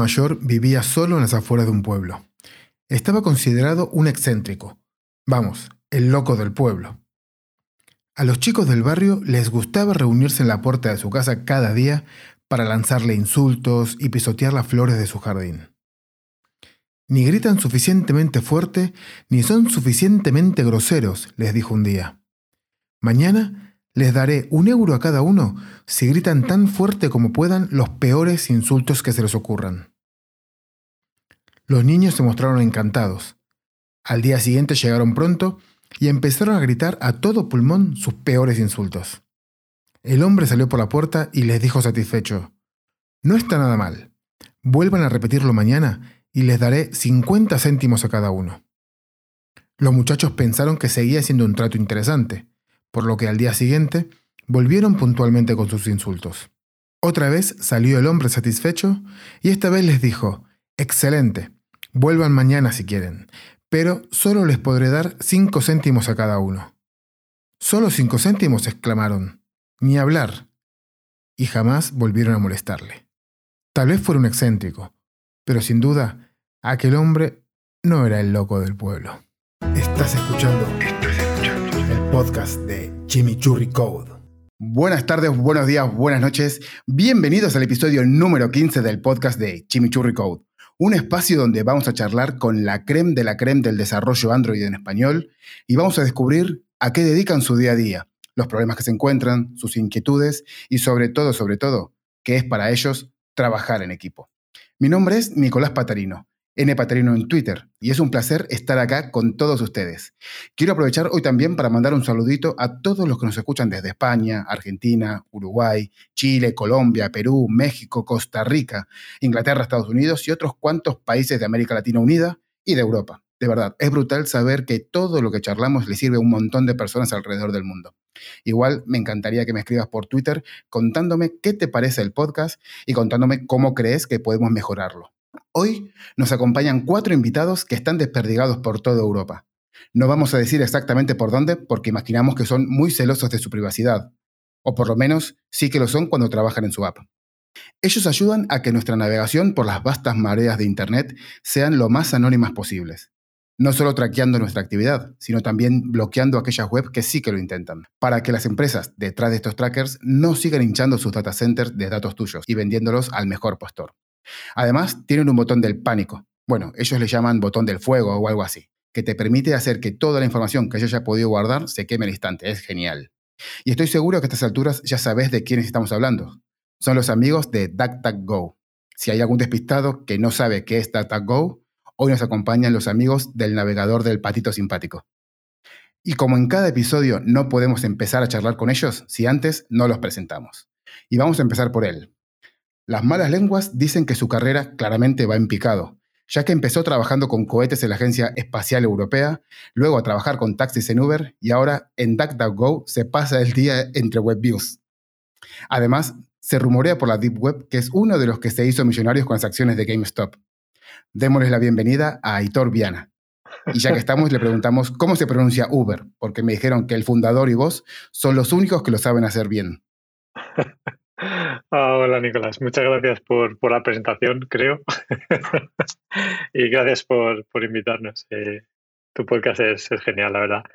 mayor vivía solo en las afueras de un pueblo. Estaba considerado un excéntrico. Vamos, el loco del pueblo. A los chicos del barrio les gustaba reunirse en la puerta de su casa cada día para lanzarle insultos y pisotear las flores de su jardín. Ni gritan suficientemente fuerte, ni son suficientemente groseros, les dijo un día. Mañana les daré 1 euro a cada uno si gritan tan fuerte como puedan los peores insultos que se les ocurran. Los niños se mostraron encantados. Al día siguiente llegaron pronto y empezaron a gritar a todo pulmón sus peores insultos. El hombre salió por la puerta y les dijo satisfecho: «No está nada mal. Vuelvan a repetirlo mañana y les daré 50 céntimos a cada uno». Los muchachos pensaron que seguía siendo un trato interesante, por lo que al día siguiente volvieron puntualmente con sus insultos. Otra vez salió el hombre satisfecho y esta vez les dijo: «Excelente, vuelvan mañana si quieren, pero solo les podré dar 5 céntimos a cada uno». «¿Solo 5 céntimos?», exclamaron. «Ni hablar». Y jamás volvieron a molestarle. Tal vez fuera un excéntrico, pero sin duda, aquel hombre no era el loco del pueblo. Estás escuchando el podcast de Chimichurri Code. Buenas tardes, buenos días, buenas noches. Bienvenidos al episodio número 15 del podcast de Chimichurri Code. Un espacio donde vamos a charlar con la crème de la crème del desarrollo Android en español y vamos a descubrir a qué dedican su día a día, los problemas que se encuentran, sus inquietudes y sobre todo, qué es para ellos trabajar en equipo. Mi nombre es Nicolás Patarino, npatarino en Twitter, y es un placer estar acá con todos ustedes. Quiero aprovechar hoy también para mandar un saludito a todos los que nos escuchan desde España, Argentina, Uruguay, Chile, Colombia, Perú, México, Costa Rica, Inglaterra, Estados Unidos y otros cuantos países de América Latina Unida y de Europa. De verdad, es brutal saber que todo lo que charlamos le sirve a un montón de personas alrededor del mundo. Igual me encantaría que me escribas por Twitter contándome qué te parece el podcast y contándome cómo crees que podemos mejorarlo. Hoy nos acompañan 4 invitados que están desperdigados por toda Europa. No vamos a decir exactamente por dónde porque imaginamos que son muy celosos de su privacidad. O por lo menos sí que lo son cuando trabajan en su app. Ellos ayudan a que nuestra navegación por las vastas mareas de Internet sean lo más anónimas posibles. No solo traqueando nuestra actividad, sino también bloqueando aquellas webs que sí que lo intentan, para que las empresas detrás de estos trackers no sigan hinchando sus data centers de datos tuyos y vendiéndolos al mejor postor. Además, tienen un botón del pánico. Bueno, ellos le llaman botón del fuego o algo así, que te permite hacer que toda la información que yo haya podido guardar se queme al instante. Es genial. Y estoy seguro que a estas alturas ya sabes de quiénes estamos hablando. Son los amigos de DuckDuckGo. Si hay algún despistado que no sabe qué es DuckDuckGo, hoy nos acompañan los amigos del navegador del patito simpático. Y como en cada episodio no podemos empezar a charlar con ellos si antes no los presentamos. Y vamos a empezar por él. Las malas lenguas dicen que su carrera claramente va en picado, ya que empezó trabajando con cohetes en la Agencia Espacial Europea, luego a trabajar con taxis en Uber y ahora en DuckDuckGo se pasa el día entre webviews. Además, se rumorea por la Deep Web que es uno de los que se hizo millonarios con las acciones de GameStop. Démosles la bienvenida a Aitor Viana. Y ya que estamos, le preguntamos cómo se pronuncia Uber, porque me dijeron que el fundador y vos son los únicos que lo saben hacer bien. Hola Nicolás, muchas gracias por la presentación, creo. Y gracias por invitarnos. Tu podcast es genial, la verdad.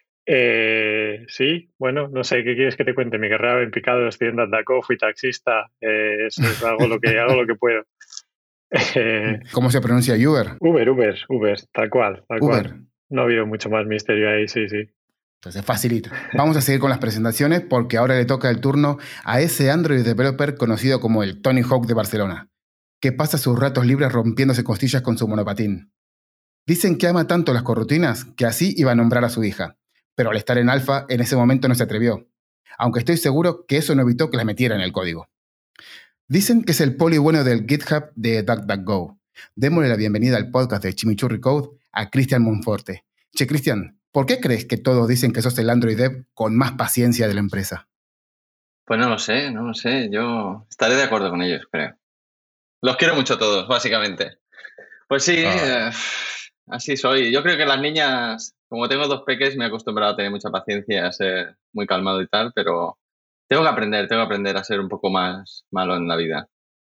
Sí, bueno, no sé, ¿qué quieres que te cuente? Mi carrera en picado, estoy en DuckDuckGo, fui taxista, eso es hago lo que puedo. ¿Cómo se pronuncia Uber? Uber, tal cual. Uber. No ha habido mucho más misterio ahí, sí. Entonces, facilito. Vamos a seguir con las presentaciones porque ahora le toca el turno a ese Android developer conocido como el Tony Hawk de Barcelona, que pasa sus ratos libres rompiéndose costillas con su monopatín. Dicen que ama tanto las corrutinas que así iba a nombrar a su hija, pero al estar en alfa en ese momento no se atrevió, aunque estoy seguro que eso no evitó que las metiera en el código. Dicen que es el poli bueno del GitHub de DuckDuckGo. Démosle la bienvenida al podcast de Chimichurri Code a Cristian Monforte. Che, Cristian, ¿por qué crees que todos dicen que sos el Android Dev con más paciencia de la empresa? Pues no lo sé. Yo estaré de acuerdo con ellos, creo. Los quiero mucho a todos, básicamente. Pues sí, así soy. Yo creo que las niñas, como tengo 2 peques, me he acostumbrado a tener mucha paciencia, a ser muy calmado y tal, pero tengo que aprender a ser un poco más malo en la vida.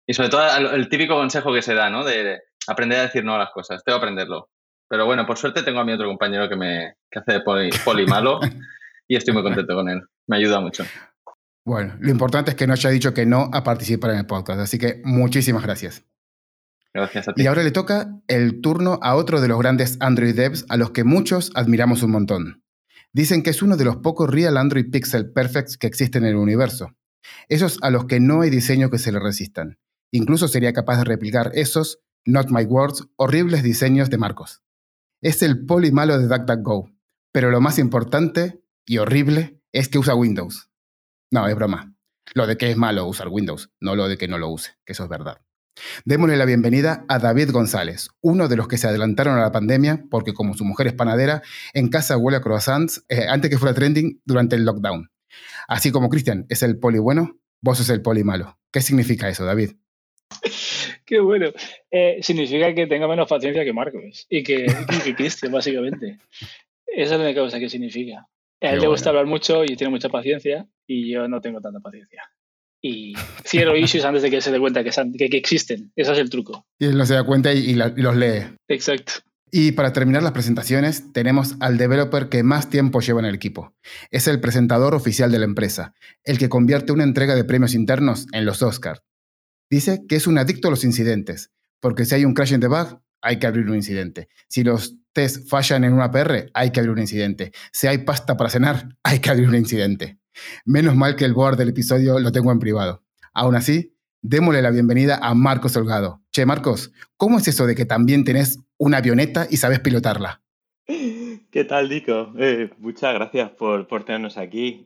Y sobre todo el típico consejo que se da, ¿no? De aprender a decir no a las cosas. Tengo que aprenderlo. Pero bueno, por suerte tengo a mi otro compañero que hace de poli malo y estoy muy contento con él. Me ayuda mucho. Bueno, lo importante es que no haya dicho que no a participar en el podcast, así que muchísimas gracias. Gracias a ti. Y ahora le toca el turno a otro de los grandes Android devs a los que muchos admiramos un montón. Dicen que es uno de los pocos real Android Pixel Perfects que existen en el universo. Esos a los que no hay diseño que se le resistan. Incluso sería capaz de replicar esos, not my words, horribles diseños de Marcos. Es el poli malo de DuckDuckGo, pero lo más importante y horrible es que usa Windows. No, es broma. Lo de que es malo usar Windows, no lo de que no lo use, que eso es verdad. Démosle la bienvenida a David González, uno de los que se adelantaron a la pandemia porque como su mujer es panadera, en casa huele a croissants antes que fuera trending durante el lockdown. Así como Cristian es el poli bueno, vos sos el poli malo. ¿Qué significa eso, David? Qué bueno. Significa que tenga menos paciencia que Marcos y que Cristian, básicamente. Esa es la única cosa que significa. A él le gusta hablar mucho y tiene mucha paciencia y yo no tengo tanta paciencia. Y cierro issues antes de que se dé cuenta que existen. Ese es el truco. Y él no se da cuenta y los lee. Exacto. Y para terminar las presentaciones, tenemos al developer que más tiempo lleva en el equipo. Es el presentador oficial de la empresa, el que convierte una entrega de premios internos en los Oscars. Dice que es un adicto a los incidentes, porque si hay un crash en debug, hay que abrir un incidente. Si los tests fallan en una APR, hay que abrir un incidente. Si hay pasta para cenar, hay que abrir un incidente. Menos mal que el board del episodio lo tengo en privado. Aún así, démosle la bienvenida a Marcos Holgado. Che, Marcos, ¿cómo es eso de que también tenés una avioneta y sabes pilotarla? ¿Qué tal, Nico? Muchas gracias por tenernos aquí.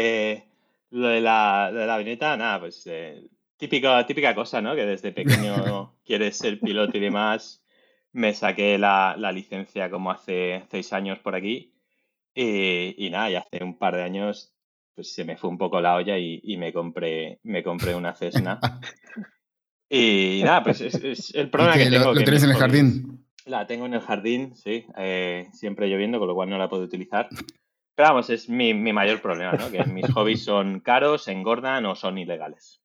Lo de la avioneta, nada, pues típica cosa, ¿no? Que desde pequeño quieres ser piloto y demás. Me saqué la licencia como hace 6 años por aquí. Y nada, y hace un par de años pues se me fue un poco la olla y me compré una Cessna. Y nada, pues es el problema que tengo. ¿Lo tenés en el jardín? La tengo en el jardín, sí, siempre lloviendo, con lo cual no la puedo utilizar. Pero vamos, es mi mayor problema, ¿no? Que mis hobbies son caros, engordan o son ilegales.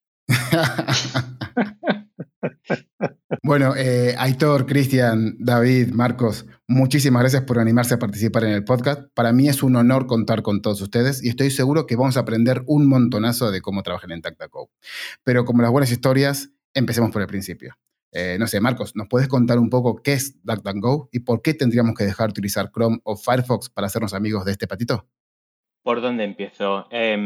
Bueno, Aitor, Cristian, David, Marcos, muchísimas gracias por animarse a participar en el podcast. Para mí es un honor contar con todos ustedes y estoy seguro que vamos a aprender un montonazo de cómo trabajan en DuckDuckGo. Pero como las buenas historias, empecemos por el principio. No sé, Marcos, ¿nos puedes contar un poco qué es DuckDuckGo y por qué tendríamos que dejar de utilizar Chrome o Firefox para hacernos amigos de este patito? ¿Por dónde empiezo?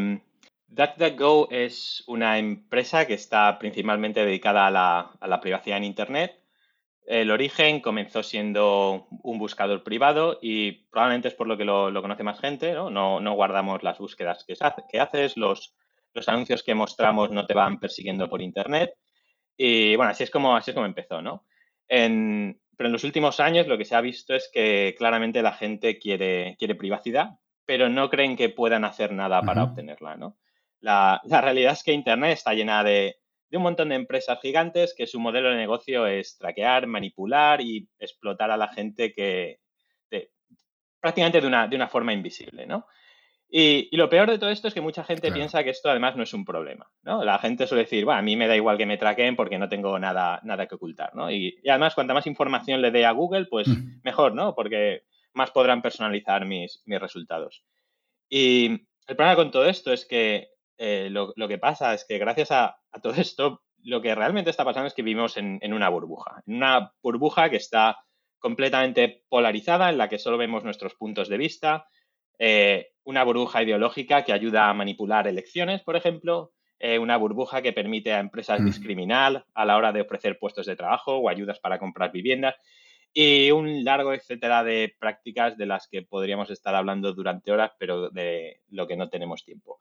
DuckDuckGo es una empresa que está principalmente dedicada a la privacidad en Internet. El origen comenzó siendo un buscador privado y probablemente es por lo que lo conoce más gente, ¿no? No guardamos las búsquedas que haces, los anuncios que mostramos no te van persiguiendo por Internet. Y bueno, así es como empezó, ¿no? Pero en los últimos años lo que se ha visto es que claramente la gente quiere privacidad, pero no creen que puedan hacer nada para obtenerla, ¿no? La realidad es que Internet está llena de un montón de empresas gigantes que su modelo de negocio es traquear, manipular y explotar a la gente prácticamente de una forma invisible, ¿no? Y lo peor de todo esto es que mucha gente piensa que esto además no es un problema, ¿no? La gente suele decir, bueno, a mí me da igual que me traqueen porque no tengo nada que ocultar, ¿no? Y además, cuanta más información le dé a Google, pues mejor, ¿no? Porque más podrán personalizar mis resultados. Y el problema con todo esto es que lo que pasa es que gracias a todo esto, lo que realmente está pasando es que vivimos en una burbuja. En una burbuja que está completamente polarizada, en la que solo vemos nuestros puntos de vista, una burbuja ideológica que ayuda a manipular elecciones, por ejemplo, una burbuja que permite a empresas discriminar a la hora de ofrecer puestos de trabajo o ayudas para comprar viviendas y un largo etcétera de prácticas de las que podríamos estar hablando durante horas, pero de lo que no tenemos tiempo.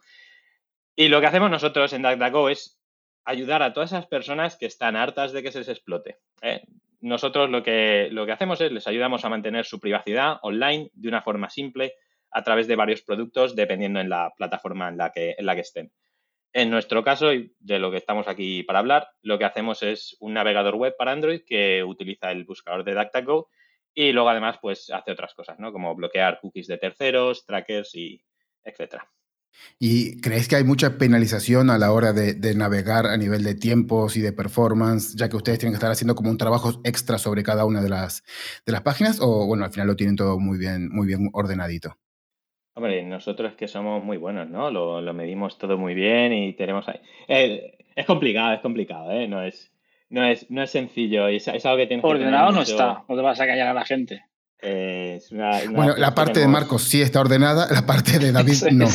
Y lo que hacemos nosotros en DuckDuckGo es ayudar a todas esas personas que están hartas de que se les explote. Nosotros lo que hacemos es les ayudamos a mantener su privacidad online de una forma simple a través de varios productos dependiendo en la plataforma en la que estén. En nuestro caso, y de lo que estamos aquí para hablar, lo que hacemos es un navegador web para Android que utiliza el buscador de DuckDuckGo y luego además pues hace otras cosas, ¿no? Como bloquear cookies de terceros, trackers y etcétera. ¿Y crees que hay mucha penalización a la hora de navegar a nivel de tiempos y de performance, ya que ustedes tienen que estar haciendo como un trabajo extra sobre cada una de las páginas? ¿O bueno, al final lo tienen todo muy bien ordenadito? Hombre, nosotros que somos muy buenos, ¿no? Lo medimos todo muy bien y tenemos ahí. Es complicado, ¿eh? No es sencillo y es algo que tienes que tener Ordenado no mucho. está, no te vas a callar a la gente. Es una Bueno, la parte de Marcos sí está ordenada, la parte de David Sí. no.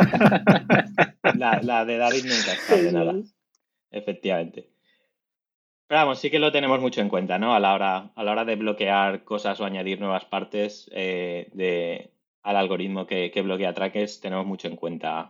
La de David nunca está ordenada, efectivamente. Pero vamos, sí que lo tenemos mucho en cuenta, ¿no? A la hora de bloquear cosas o añadir nuevas partes al algoritmo que bloquea trackers, tenemos mucho en cuenta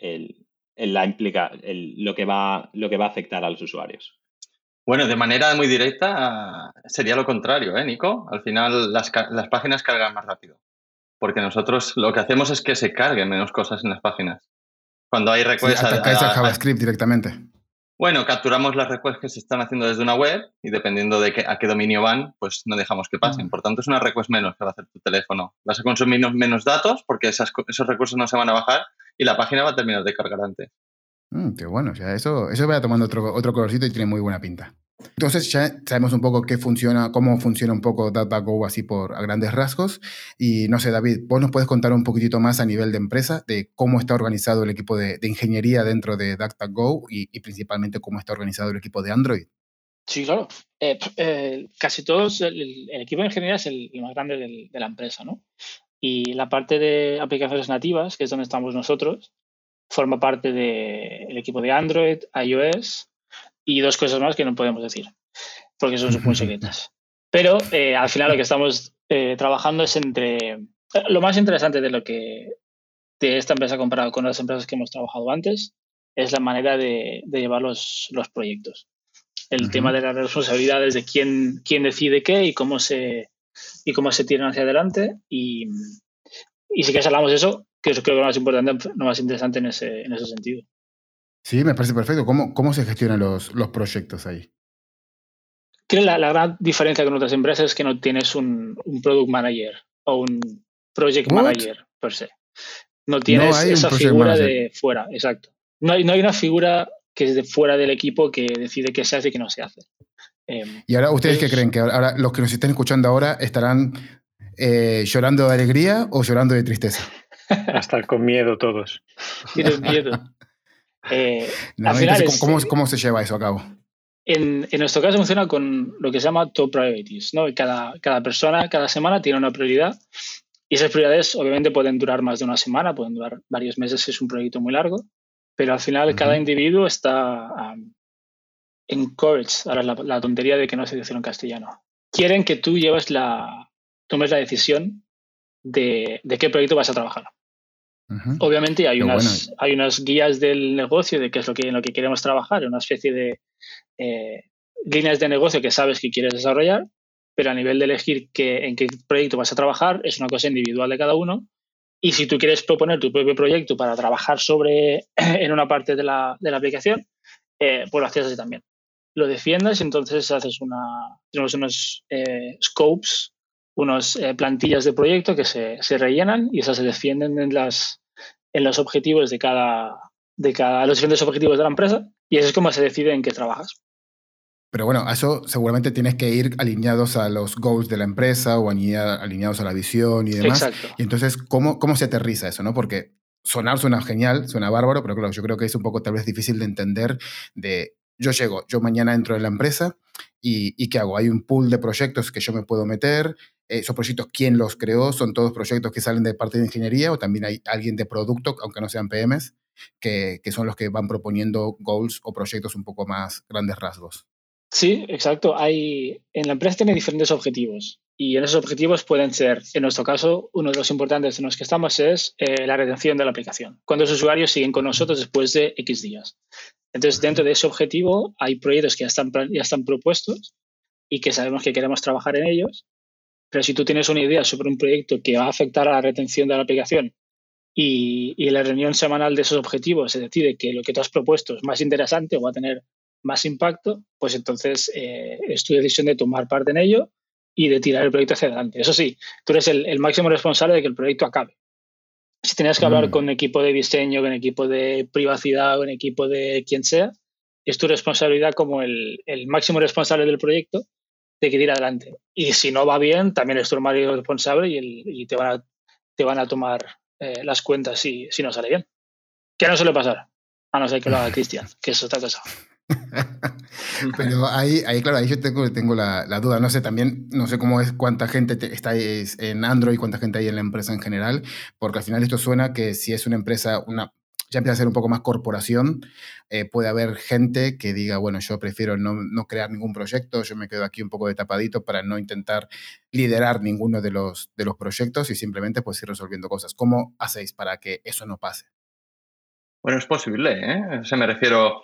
lo que va a afectar a los usuarios. Bueno, de manera muy directa sería lo contrario, Nico? Al final las páginas cargan más rápido. Porque nosotros lo que hacemos es que se carguen menos cosas en las páginas. Cuando hay requests... Sí, atacáis a JavaScript directamente. Bueno, capturamos las requests que se están haciendo desde una web y dependiendo de a qué dominio van, pues no dejamos que pasen. Por tanto, es una request menos que va a hacer tu teléfono. Vas a consumir menos datos porque esos recursos no se van a bajar y la página va a terminar de cargar antes. Qué bueno, ya eso va tomando otro colorcito y tiene muy buena pinta. Entonces ya sabemos un poco cómo funciona un poco DuckDuckGo así a grandes rasgos. Y no sé, David, ¿vos nos puedes contar un poquitito más a nivel de empresa de cómo está organizado el equipo de ingeniería dentro de DuckDuckGo y principalmente cómo está organizado el equipo de Android? Sí, claro. Casi todos, el equipo de ingeniería es el más grande de la empresa, ¿no? Y la parte de aplicaciones nativas, que es donde estamos nosotros, forma parte del equipo de Android, iOS y dos cosas más que no podemos decir, porque son muy secretas. Pero al final lo que estamos trabajando es lo más interesante de esta empresa comparado con las empresas que hemos trabajado antes es la manera de llevar los proyectos. El tema de las responsabilidades de quién decide qué y cómo se tiran hacia adelante. Y si quieres hablamos de eso, que es creo que lo más importante, lo más interesante en ese sentido. Sí, me parece perfecto. ¿Cómo se gestionan los proyectos ahí? Creo que la gran diferencia con otras empresas es que no tienes un product manager o un project manager per se. No tienes esa figura de fuera, exacto. No hay una figura que es de fuera del equipo que decide qué se hace y qué no se hace. ¿Y ahora ustedes qué creen? ¿Que ahora los que nos estén escuchando ahora estarán llorando de alegría o llorando de tristeza? Hasta con miedo todos. Tienen miedo. No, al final ¿cómo se lleva eso a cabo? En nuestro caso funciona con lo que se llama top priorities, ¿no? Cada persona, cada semana tiene una prioridad y esas prioridades obviamente pueden durar más de una semana, pueden durar varios meses si es un proyecto muy largo, pero al final cada individuo está encouraged, ahora la tontería de que no se dice en castellano. Quieren que tú tomes la decisión de qué proyecto vas a trabajar. Obviamente hay unas guías del negocio de qué es en lo que queremos trabajar, una especie de líneas de negocio que sabes que quieres desarrollar, pero a nivel de elegir en qué proyecto vas a trabajar es una cosa individual de cada uno. Y si tú quieres proponer tu propio proyecto para trabajar en una parte de la aplicación, pues lo haces así también. Lo defiendes y entonces tenemos unos scopes, unas plantillas de proyecto que se rellenan y esas se defienden en los objetivos de los diferentes objetivos de la empresa y eso es como se decide en qué trabajas. Pero bueno, a eso seguramente tienes que ir alineados a los goals de la empresa o alineados a la visión y demás. Exacto. Y entonces, ¿cómo se aterriza eso, no? Porque suena genial, suena bárbaro, pero claro, yo creo que es un poco tal vez difícil de entender yo mañana entro en la empresa y ¿qué hago? Hay un pool de proyectos que yo me puedo meter. ¿Esos proyectos quién los creó? ¿Son todos proyectos que salen de parte de ingeniería o también hay alguien de producto, aunque no sean PMs, que son los que van proponiendo goals o proyectos un poco más grandes rasgos? Sí, exacto. En la empresa tiene diferentes objetivos y en esos objetivos pueden ser, en nuestro caso, uno de los importantes en los que estamos es la retención de la aplicación. Cuando los usuarios siguen con nosotros después de X días. Entonces, dentro de ese objetivo hay proyectos que ya están propuestos y que sabemos que queremos trabajar en ellos, pero si tú tienes una idea sobre un proyecto que va a afectar a la retención de la aplicación y en la reunión semanal de esos objetivos se decide que lo que tú has propuesto es más interesante o va a tener más impacto, pues entonces es tu decisión de tomar parte en ello y de tirar el proyecto hacia adelante. Eso sí, tú eres el máximo responsable de que el proyecto acabe. Si tenías que hablar con equipo de diseño, con equipo de privacidad, con equipo de quien sea, es tu responsabilidad como el máximo responsable del proyecto de que ir adelante. Y si no va bien, también es tu máximo responsable y te van a tomar las cuentas si no sale bien. Que no suele pasar, a no ser que lo haga Cristian, que es otra cosa. Pero ahí claro, ahí yo tengo la duda. No sé, también, no sé cómo es, cuánta gente está en Android, cuánta gente hay en la empresa en general, porque al final esto suena que si es una empresa, ya empieza a ser un poco más corporación, puede haber gente que diga, bueno, yo prefiero no crear ningún proyecto, yo me quedo aquí un poco de tapadito para no intentar liderar ninguno de los proyectos y simplemente pues ir resolviendo cosas. ¿Cómo hacéis para que eso no pase? Bueno, es posible, ¿eh? O sea, me refiero...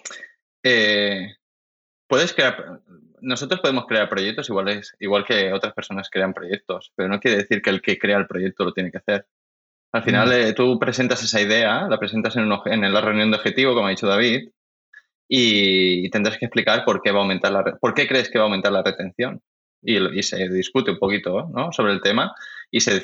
nosotros podemos crear proyectos igual que otras personas crean proyectos, pero no quiere decir que el que crea el proyecto lo tiene que hacer. Al final tú presentas esa idea, la presentas en la reunión de objetivo, como ha dicho David, y tendrás que explicar por qué por qué crees que va a aumentar la retención. Y se discute un poquito, ¿no?, sobre el tema y se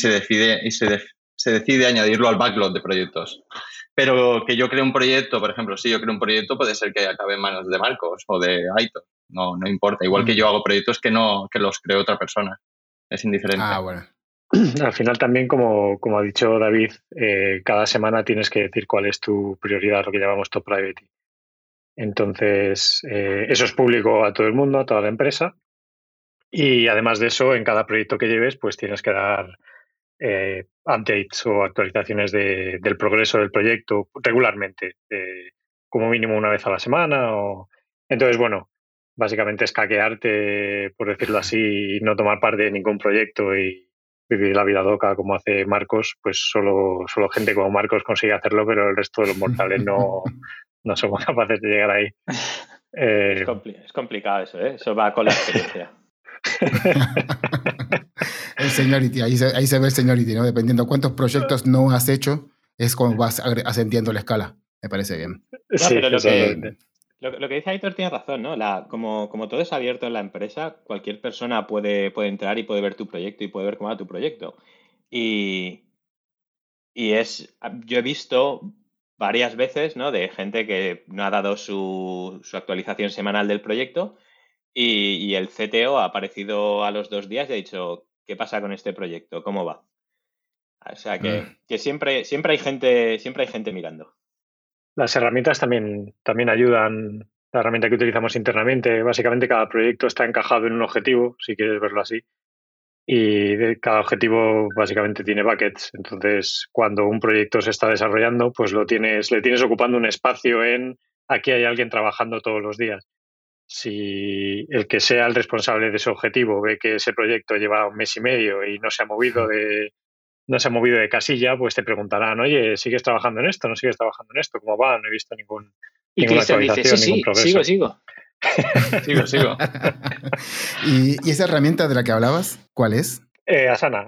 decide añadirlo al backlog de proyectos. Pero que yo cree un proyecto, por ejemplo, si yo creo un proyecto, puede ser que acabe en manos de Marcos o de Aitor. No importa. Igual que yo hago proyectos que los cree otra persona. Es indiferente. Ah, bueno. Al final también, como ha dicho David, cada semana tienes que decir cuál es tu prioridad, lo que llamamos top priority. Entonces, eso es público a todo el mundo, a toda la empresa. Y además de eso, en cada proyecto que lleves, pues tienes que dar updates o actualizaciones del progreso del proyecto regularmente, como mínimo una vez a la semana. Entonces, bueno, básicamente escaquearte, por decirlo así, y no tomar parte de ningún proyecto y vivir la vida loca como hace Marcos, pues solo gente como Marcos consigue hacerlo, pero el resto de los mortales no somos capaces de llegar ahí. Es complicado eso, ¿eh? Eso va con la experiencia. El seniority, ahí se ve el seniority, ¿no? Dependiendo cuántos proyectos no has hecho, es como vas ascendiendo la escala. Me parece bien. Sí, pero lo que dice Aitor tiene razón, ¿no? Como todo es abierto en la empresa, cualquier persona puede entrar y puede ver tu proyecto y puede ver cómo va tu proyecto. Yo he visto varias veces, ¿no?, de gente que no ha dado su actualización semanal del proyecto y el CTO ha aparecido a los 2 días y ha dicho, ¿qué pasa con este proyecto? ¿Cómo va? O sea que siempre hay gente mirando. Las herramientas también ayudan. La herramienta que utilizamos internamente, básicamente cada proyecto está encajado en un objetivo, si quieres verlo así. Y cada objetivo básicamente tiene buckets. Entonces, cuando un proyecto se está desarrollando, pues le tienes ocupando un espacio en aquí hay alguien trabajando todos los días. Si el que sea el responsable de ese objetivo ve que ese proyecto lleva 1 mes y medio y no se ha movido de casilla, pues te preguntarán, oye, ¿sigues trabajando en esto? ¿No sigues trabajando en esto? ¿Cómo va? No he visto ninguna actualización, dice, ningún progreso. Sigo. Sigo. ¿Y esa herramienta de la que hablabas, cuál es? Asana.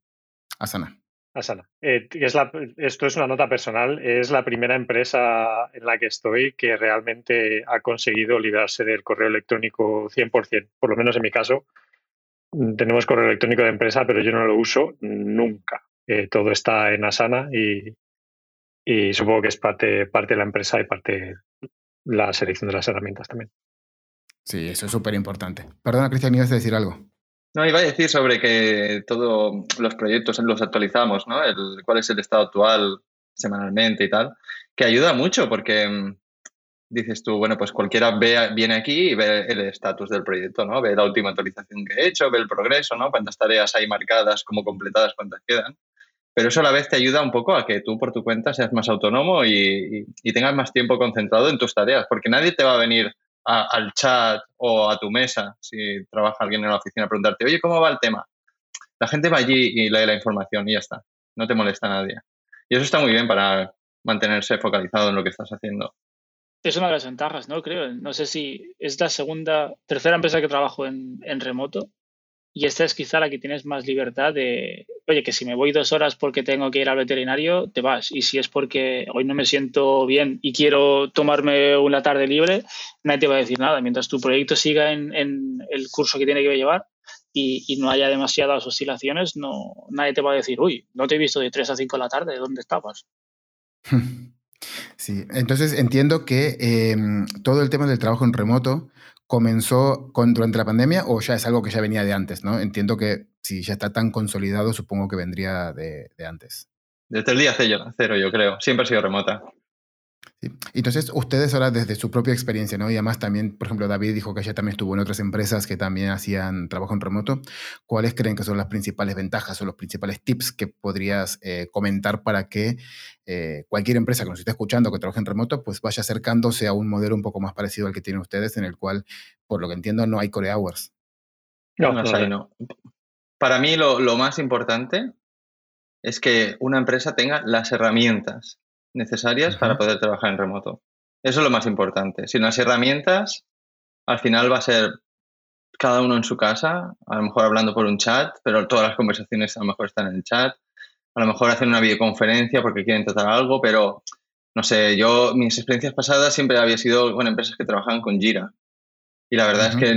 Esto es una nota personal. Es la primera empresa en la que estoy que realmente ha conseguido librarse del correo electrónico 100%. Por lo menos en mi caso, tenemos correo electrónico de empresa, pero yo no lo uso nunca. Todo está en Asana y supongo que es parte de la empresa y parte la selección de las herramientas también. Sí, eso es súper importante. Perdona, Cristian, ibas a decir algo. No, iba a decir sobre que todos los proyectos los actualizamos, ¿no? Cuál es el estado actual semanalmente y tal, que ayuda mucho porque dices tú, bueno, pues cualquiera viene aquí y ve el estatus del proyecto, ¿no? Ve la última actualización que he hecho, ve el progreso, ¿no? Cuántas tareas hay marcadas, como completadas, cuántas quedan. Pero eso a la vez te ayuda un poco a que tú por tu cuenta seas más autónomo y tengas más tiempo concentrado en tus tareas, porque nadie te va a venir al chat o a tu mesa, si trabaja alguien en la oficina, a preguntarte, oye, ¿cómo va el tema? La gente va allí y lee la información y ya está. No te molesta a nadie. Y eso está muy bien para mantenerse focalizado en lo que estás haciendo. Es una de las ventajas, ¿no? Creo. No sé si es la tercera empresa que trabajo en remoto y esta es quizá la que tienes más libertad de, oye, que si me voy 2 horas porque tengo que ir al veterinario, te vas. Y si es porque hoy no me siento bien y quiero tomarme una tarde libre, nadie te va a decir nada. Mientras tu proyecto siga en el curso que tiene que llevar, y no haya demasiadas oscilaciones, nadie te va a decir, uy, no te he visto de 3 a 5 de la tarde, ¿dónde estabas? Sí, entonces entiendo que todo el tema del trabajo en remoto comenzó durante la pandemia o ya es algo que ya venía de antes, ¿no? Entiendo que si ya está tan consolidado, supongo que vendría de antes. Desde el día cero, yo creo. Siempre ha sido remota. Sí. Entonces, ustedes ahora desde su propia experiencia, ¿no? Y además también, por ejemplo, David dijo que ella también estuvo en otras empresas que también hacían trabajo en remoto. ¿Cuáles creen que son las principales ventajas o los principales tips que podrías comentar para que cualquier empresa que nos esté escuchando que trabaje en remoto, pues vaya acercándose a un modelo un poco más parecido al que tienen ustedes, en el cual, por lo que entiendo, no hay core hours? No las hay, no. Para mí lo más importante es que una empresa tenga las herramientas necesarias para poder trabajar en remoto. Eso es lo más importante. Sin las herramientas, al final va a ser cada uno en su casa, a lo mejor hablando por un chat, pero todas las conversaciones a lo mejor están en el chat. A lo mejor hacen una videoconferencia porque quieren tratar algo, pero no sé, mis experiencias pasadas siempre había sido con empresas que trabajaban con Jira. Y la verdad es que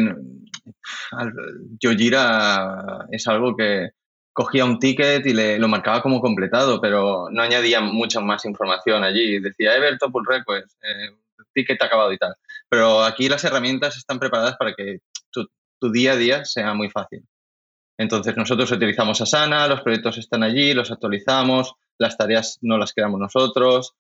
yo Jira es algo que cogía un ticket y lo marcaba como completado, pero no añadía mucha más información allí. Decía, Everton pull request, ticket acabado y tal. Pero aquí las herramientas están preparadas para que tu día a día sea muy fácil. Entonces nosotros utilizamos Asana, los proyectos están allí, los actualizamos, las tareas no las creamos nosotros,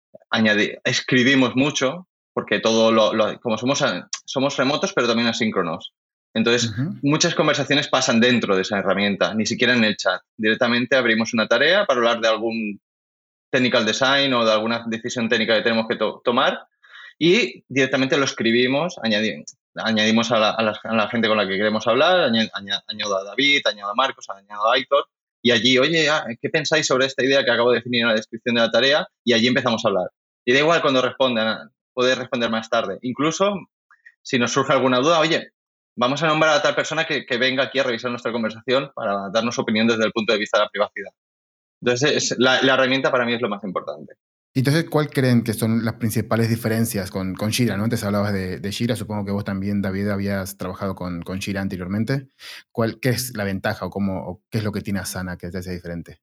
escribimos mucho, porque todo como somos remotos, pero también asíncronos. Entonces, muchas conversaciones pasan dentro de esa herramienta, ni siquiera en el chat. Directamente abrimos una tarea para hablar de algún technical design o de alguna decisión técnica que tenemos que tomar y directamente lo escribimos, añadimos a la gente con la que queremos hablar, añado a David, añado a Marcos, añado a Aitor, y allí, oye, ¿qué pensáis sobre esta idea que acabo de definir en la descripción de la tarea? Y allí empezamos a hablar. Y da igual cuando respondan, poder responder más tarde. Incluso, si nos surge alguna duda, oye, vamos a nombrar a tal persona que venga aquí a revisar nuestra conversación para darnos su opinión desde el punto de vista de la privacidad. Entonces, la herramienta para mí es lo más importante. Entonces, ¿cuál creen que son las principales diferencias con Jira, ¿no? Antes hablabas de Jira, supongo que vos también, David, habías trabajado con Jira anteriormente. ¿Qué es la ventaja o qué es lo que tiene Asana que te hace diferente?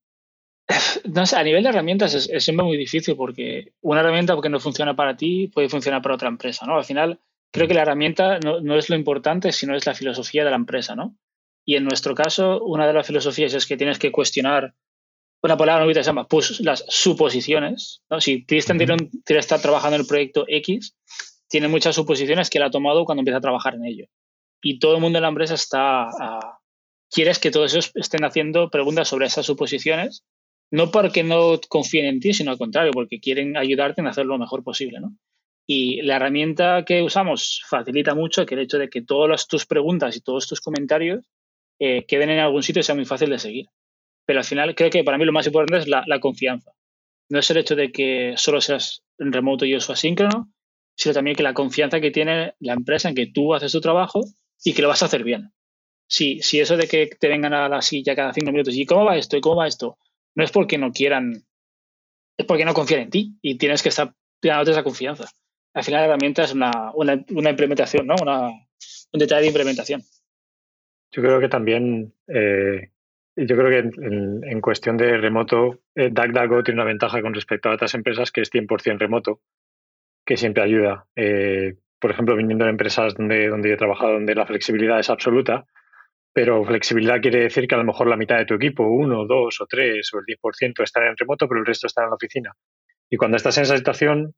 No sé, a nivel de herramientas es siempre muy difícil porque una herramienta que no funciona para ti puede funcionar para otra empresa, ¿no? Al final, creo que la herramienta no es lo importante, sino es la filosofía de la empresa, ¿no? Y en nuestro caso, una de las filosofías es que tienes que cuestionar, una palabra que se llama las suposiciones, ¿no? Si Cristian tiene que estar trabajando en el proyecto X, tiene muchas suposiciones que él ha tomado cuando empieza a trabajar en ello. Y todo el mundo en la empresa quieres que todos ellos estén haciendo preguntas sobre esas suposiciones, no porque no confíen en ti, sino al contrario, porque quieren ayudarte en hacer lo mejor posible, ¿no? Y la herramienta que usamos facilita mucho que el hecho de que todas tus preguntas y todos tus comentarios queden en algún sitio y sea muy fácil de seguir. Pero al final creo que para mí lo más importante es la confianza. No es el hecho de que solo seas en remoto y yo soy asíncrono, sino también que la confianza que tiene la empresa en que tú haces tu trabajo y que lo vas a hacer bien. Si eso de que te vengan a la silla cada 5 minutos y ¿cómo va esto? ¿Y cómo va esto? No es porque no quieran, es porque no confían en ti y tienes que estar dándote esa confianza. Al final la herramienta es una implementación, ¿no? Un detalle de implementación. Yo creo que también, yo creo que en cuestión de remoto, DuckDuckGo tiene una ventaja con respecto a otras empresas que es 100% remoto, que siempre ayuda. Por ejemplo, viniendo de empresas donde yo he trabajado, donde la flexibilidad es absoluta, pero flexibilidad quiere decir que a lo mejor la mitad de tu equipo, 1, 2 o 3 o el 10% están en remoto, pero el resto está en la oficina. Y cuando estás en esa situación,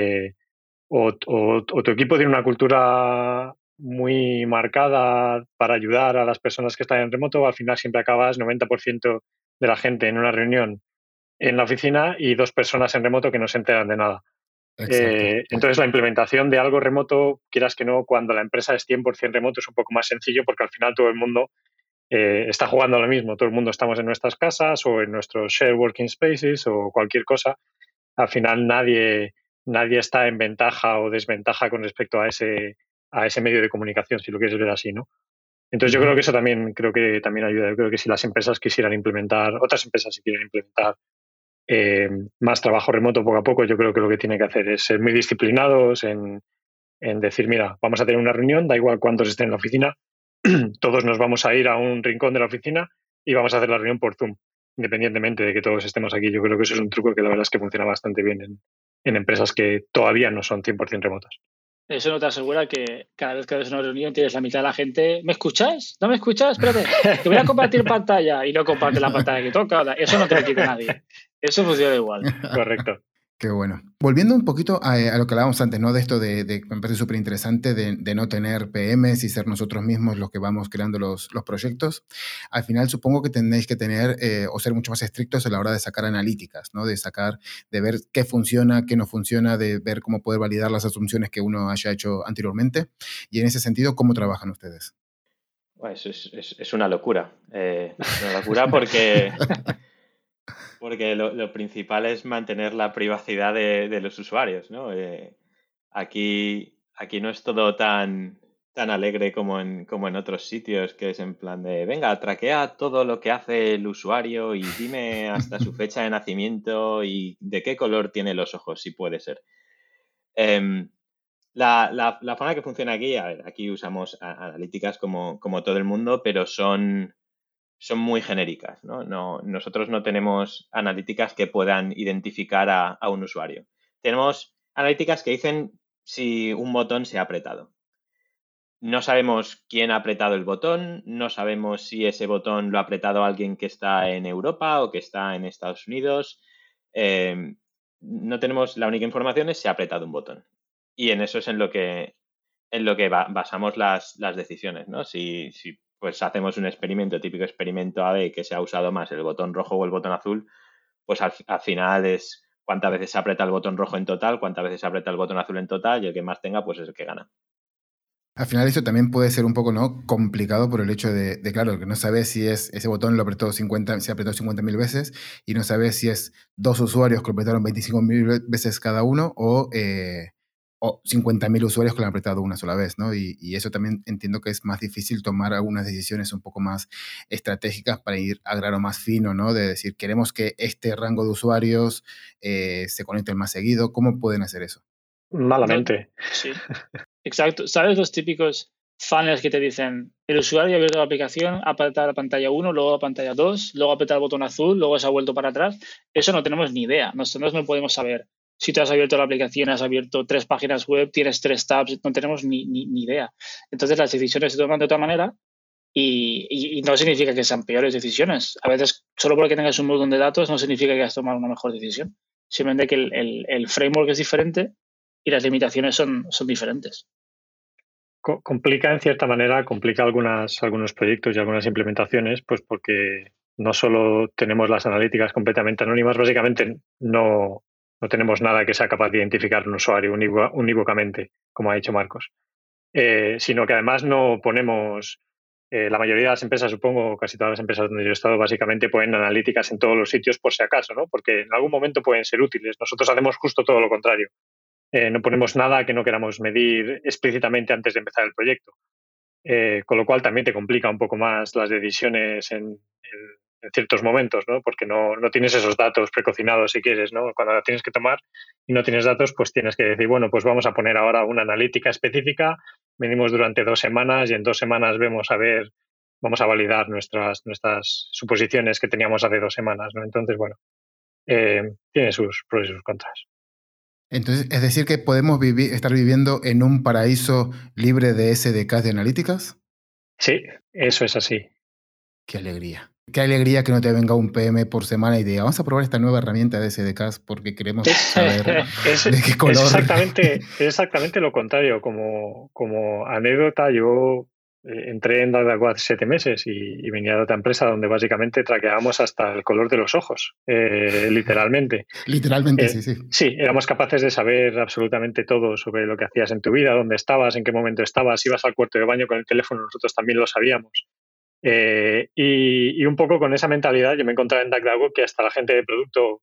o tu equipo tiene una cultura muy marcada para ayudar a las personas que están en remoto, al final siempre acabas 90% de la gente en una reunión en la oficina y 2 personas en remoto que no se enteran de nada. Entonces, la implementación de algo remoto, quieras que no, cuando la empresa es 100% remoto, es un poco más sencillo porque al final todo el mundo está jugando a lo mismo. Todo el mundo estamos en nuestras casas o en nuestros share working spaces o cualquier cosa. Al final nadie está en ventaja o desventaja con respecto a ese medio de comunicación, si lo quieres ver así, ¿no? Entonces yo creo que eso también ayuda. Yo creo que si las empresas quisieran implementar, otras empresas si quieren implementar más trabajo remoto poco a poco, yo creo que lo que tienen que hacer es ser muy disciplinados en decir, mira, vamos a tener una reunión, da igual cuántos estén en la oficina, todos nos vamos a ir a un rincón de la oficina y vamos a hacer la reunión por Zoom, independientemente de que todos estemos aquí. Yo creo que eso es un truco que la verdad es que funciona bastante bien en empresas que todavía no son 100% remotas. Eso no te asegura que cada vez que ves una reunión tienes la mitad de la gente. ¿Me escucháis? ¿No me escucháis? Espérate, que voy a compartir pantalla y no comparte la pantalla que toca. Eso no te lo quita nadie. Eso funciona igual. Correcto. Qué bueno. Volviendo un poquito a lo que hablábamos antes, ¿no? De esto me parece súper interesante de no tener PMs y ser nosotros mismos los que vamos creando los proyectos. Al final supongo que tenéis que tener o ser mucho más estrictos a la hora de sacar analíticas, ¿no? De ver qué funciona, qué no funciona, de ver cómo poder validar las asunciones que uno haya hecho anteriormente. Y en ese sentido, ¿cómo trabajan ustedes? Pues es una locura. Es una locura porque... Porque lo principal es mantener la privacidad de los usuarios, ¿no? Aquí no es todo tan alegre como en otros sitios, que es en plan de, venga, traquea todo lo que hace el usuario y dime hasta su fecha de nacimiento y de qué color tiene los ojos, si puede ser. La forma que funciona aquí, a ver, aquí usamos analíticas como todo el mundo, pero son muy genéricas, ¿no? Nosotros no tenemos analíticas que puedan identificar a un usuario. Tenemos analíticas que dicen si un botón se ha apretado. No sabemos quién ha apretado el botón, no sabemos si ese botón lo ha apretado alguien que está en Europa o que está en Estados Unidos. No tenemos, la única información es si ha apretado un botón. Y en eso es en lo que basamos las decisiones, ¿no? Si pues hacemos un experimento, típico experimento A/B, que se ha usado más el botón rojo o el botón azul, pues al final es cuántas veces se aprieta el botón rojo en total, cuántas veces se aprieta el botón azul en total, y el que más tenga, pues es el que gana. Al final eso también puede ser un poco, ¿no?, complicado por el hecho de claro, que no sabes si ese botón lo apretó 50.000 veces y no sabes si es 2 usuarios que lo apretaron 25.000 veces cada uno o 50.000 usuarios que lo han apretado una sola vez, ¿no? Y eso también entiendo que es más difícil tomar algunas decisiones un poco más estratégicas para ir a grano más fino, ¿no? De decir, queremos que este rango de usuarios se conecten más seguido. ¿Cómo pueden hacer eso? Malamente. Sí, exacto. ¿Sabes los típicos funnels que te dicen el usuario ha abierto la aplicación, ha apretado la pantalla 1, luego la pantalla 2, luego ha apretado el botón azul, luego se ha vuelto para atrás? Eso no tenemos ni idea. Nosotros no podemos saber si tú has abierto la aplicación, has abierto 3 páginas web, tienes 3 tabs, no tenemos ni idea. Entonces las decisiones se toman de otra manera y no significa que sean peores decisiones. A veces, solo porque tengas un montón de datos no significa que has tomado una mejor decisión. Simplemente que el framework es diferente y las limitaciones son diferentes. Complica en cierta manera, complica algunos proyectos y algunas implementaciones, pues porque no solo tenemos las analíticas completamente anónimas, básicamente no tenemos nada que sea capaz de identificar un usuario unívocamente, como ha dicho Marcos, sino que además no ponemos, la mayoría de las empresas, supongo, casi todas las empresas donde yo he estado, básicamente ponen analíticas en todos los sitios por si acaso, ¿no? Porque en algún momento pueden ser útiles. Nosotros hacemos justo todo lo contrario. No ponemos nada que no queramos medir explícitamente antes de empezar el proyecto. Con lo cual también te complica un poco más las decisiones en ciertos momentos, ¿no? Porque no tienes esos datos precocinados, si quieres, ¿no? Cuando la tienes que tomar y no tienes datos, pues tienes que decir, bueno, pues vamos a poner ahora una analítica específica, medimos durante 2 semanas y en 2 semanas vamos a validar nuestras suposiciones que teníamos hace 2 semanas, ¿no? Entonces, bueno, tiene sus pros y sus contras. Entonces, ¿es decir que podemos estar viviendo en un paraíso libre de SDKs de analíticas? Sí, eso es así. Qué alegría. Qué alegría que no te venga un PM por semana y diga, vamos a probar esta nueva herramienta de SDKs porque queremos saber de qué color. Es exactamente lo contrario. Como anécdota, yo entré en DuckDuckGo hace 7 meses y venía de otra empresa donde básicamente traqueábamos hasta el color de los ojos, literalmente. Literalmente, sí. Sí, éramos capaces de saber absolutamente todo sobre lo que hacías en tu vida, dónde estabas, en qué momento estabas, ibas al cuarto de baño con el teléfono, nosotros también lo sabíamos. Y un poco con esa mentalidad yo me encontraba en DuckDuckGo que hasta la gente de producto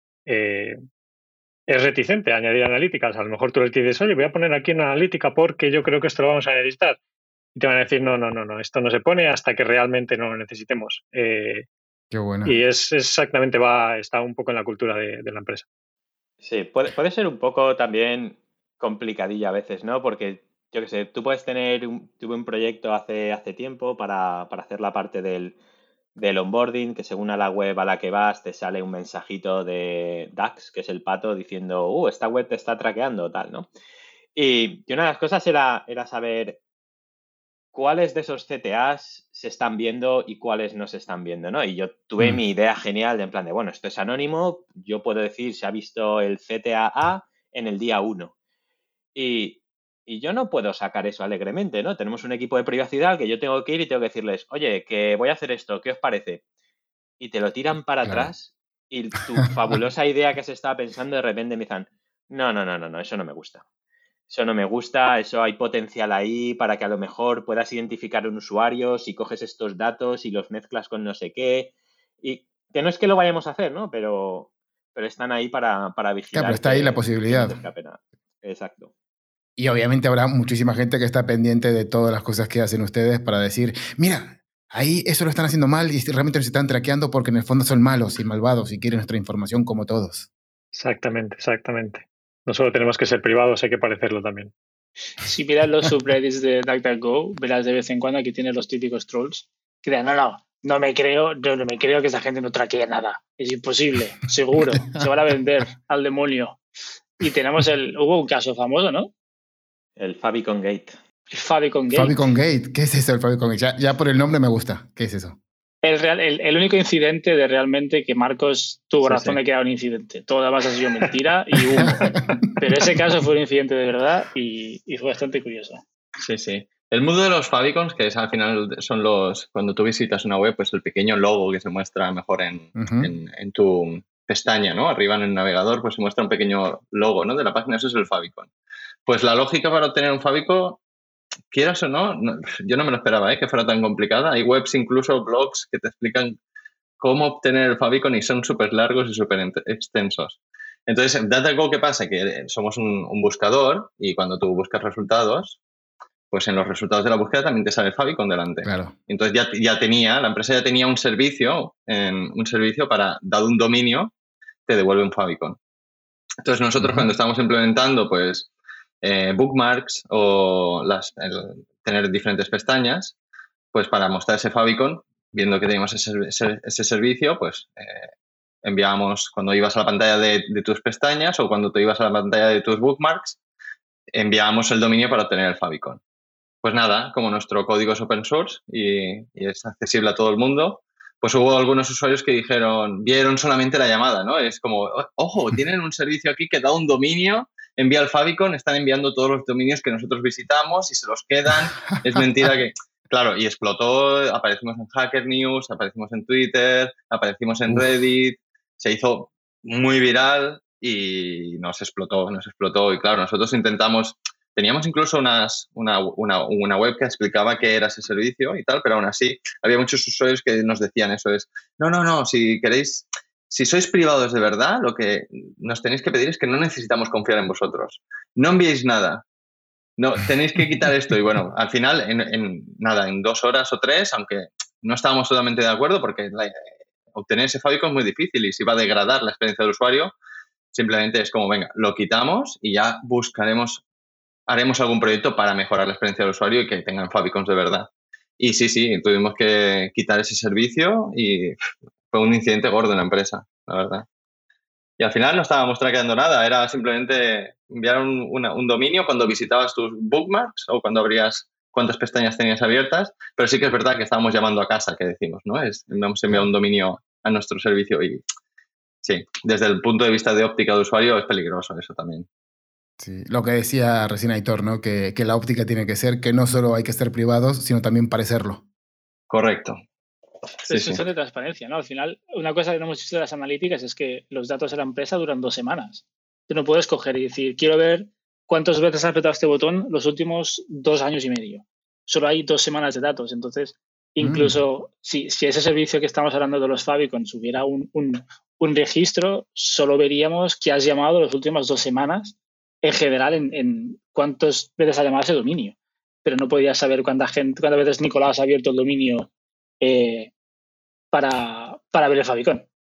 es reticente a añadir analíticas. A lo mejor tú le dices, oye, voy a poner aquí una analítica porque yo creo que esto lo vamos a necesitar. Y te van a decir, no, esto no se pone hasta que realmente no lo necesitemos. Qué bueno. Y es exactamente, está un poco en la cultura de la empresa. Sí, puede ser un poco también complicadilla a veces, ¿no? Porque yo qué sé, tú puedes tuve un proyecto hace tiempo para hacer la parte del onboarding, que según a la web a la que vas te sale un mensajito de DAX, que es el pato, diciendo, esta web te está traqueando, tal, ¿no? Y una de las cosas era saber cuáles de esos CTAs se están viendo y cuáles no se están viendo, ¿no? Y yo tuve mi idea genial de en plan de, bueno, esto es anónimo, yo puedo decir se ha visto el CTA A en el día 1. Y yo no puedo sacar eso alegremente, ¿no? Tenemos un equipo de privacidad al que yo tengo que ir y tengo que decirles, oye, que voy a hacer esto, ¿qué os parece? Y te lo tiran para atrás y tu fabulosa idea que se estaba pensando de repente me dicen, no, eso no me gusta. Eso no me gusta, eso hay potencial ahí para que a lo mejor puedas identificar un usuario si coges estos datos y los mezclas con no sé qué. Y que no es que lo vayamos a hacer, ¿no? Pero están ahí para vigilar. Claro, pero está ahí la posibilidad. No te escape nada. Exacto. Y obviamente habrá muchísima gente que está pendiente de todas las cosas que hacen ustedes para decir, mira, ahí eso lo están haciendo mal y realmente nos están traqueando porque en el fondo son malos y malvados y quieren nuestra información como todos. Exactamente. No solo tenemos que ser privados, hay que parecerlo también. Si miras los subreddits de DuckDuckGo, verás de vez en cuando aquí tienes los típicos trolls que dirán, no me creo que esa gente no traquee nada. Es imposible, seguro, se van a vender al demonio. Y hubo un caso famoso, ¿no? El Favicon Gate. Favicon Gate, ¿qué es eso el Favicon Gate? Ya por el nombre me gusta, ¿qué es eso? El único incidente de realmente que Marcos tuvo razón de que era un incidente. Todo lo demás ha sido mentira y humo. Pero ese caso fue un incidente de verdad y fue bastante curioso. Sí. El mundo de los favicons, que es al final son cuando tú visitas una web, pues el pequeño logo que se muestra mejor en tu pestaña, ¿no? Arriba en el navegador, pues se muestra un pequeño logo, ¿no? De la página, eso es el favicon. Pues la lógica para obtener un favicon, quieras o no, yo no me lo esperaba, que fuera tan complicada. Hay webs, incluso blogs, que te explican cómo obtener el favicon y son súper largos y súper extensos. Entonces, DuckDuckGo, ¿qué pasa? Que somos un buscador y cuando tú buscas resultados, pues en los resultados de la búsqueda también te sale el favicon delante. Claro. Entonces la empresa ya tenía un servicio para, dado un dominio, te devuelve un favicon. Entonces nosotros cuando estamos implementando, pues, bookmarks o tener diferentes pestañas, pues para mostrar ese favicon, viendo que teníamos ese servicio, pues enviábamos cuando ibas a la pantalla de tus pestañas o cuando te ibas a la pantalla de tus bookmarks, enviábamos el dominio para obtener el favicon. Pues nada, como nuestro código es open source y es accesible a todo el mundo, pues hubo algunos usuarios que vieron solamente la llamada, ¿no? Es como, ojo, tienen un servicio aquí que da un dominio, envía el favicon, están enviando todos los dominios que nosotros visitamos y se los quedan. Es mentira que... Claro, y explotó, aparecimos en Hacker News, aparecimos en Twitter, aparecimos en Reddit, se hizo muy viral y nos explotó. Y claro, nosotros teníamos incluso una web que explicaba qué era ese servicio y tal, pero aún así había muchos usuarios que nos decían eso es, no, si queréis, si sois privados de verdad, lo que nos tenéis que pedir es que no necesitamos confiar en vosotros. No enviéis nada. No, tenéis que quitar esto. Y bueno, al final, en 2 horas o 3, aunque no estábamos totalmente de acuerdo porque obtener ese favicon es muy difícil y si va a degradar la experiencia del usuario, simplemente es como, venga, lo quitamos y ya haremos algún proyecto para mejorar la experiencia del usuario y que tengan favicons de verdad. Y sí, tuvimos que quitar ese servicio y fue un incidente gordo en la empresa, la verdad. Y al final no estábamos traqueando nada, era simplemente enviar un dominio cuando visitabas tus bookmarks o cuando abrías cuántas pestañas tenías abiertas, pero sí que es verdad que estábamos llamando a casa, que decimos, ¿no? Hemos enviado un dominio a nuestro servicio y sí, desde el punto de vista de óptica de usuario es peligroso eso también. Sí, lo que decía recién Aitor, ¿no? Que la óptica tiene que ser que no solo hay que ser privados, sino también parecerlo. Correcto. Es cuestión de transparencia, ¿no? Al final, una cosa que no hemos visto de las analíticas es que los datos de la empresa duran 2 semanas. Tú no puedes coger y decir, quiero ver cuántas veces has apretado este botón los últimos 2 años y medio. Solo hay 2 semanas de datos. Entonces, incluso si ese servicio que estamos hablando de los favicons hubiera un registro, solo veríamos que has llamado las últimas 2 semanas en general en cuántas veces ha llamado ese dominio. Pero no podías saber cuántas veces Nicolás ha abierto el dominio para ver el favicon.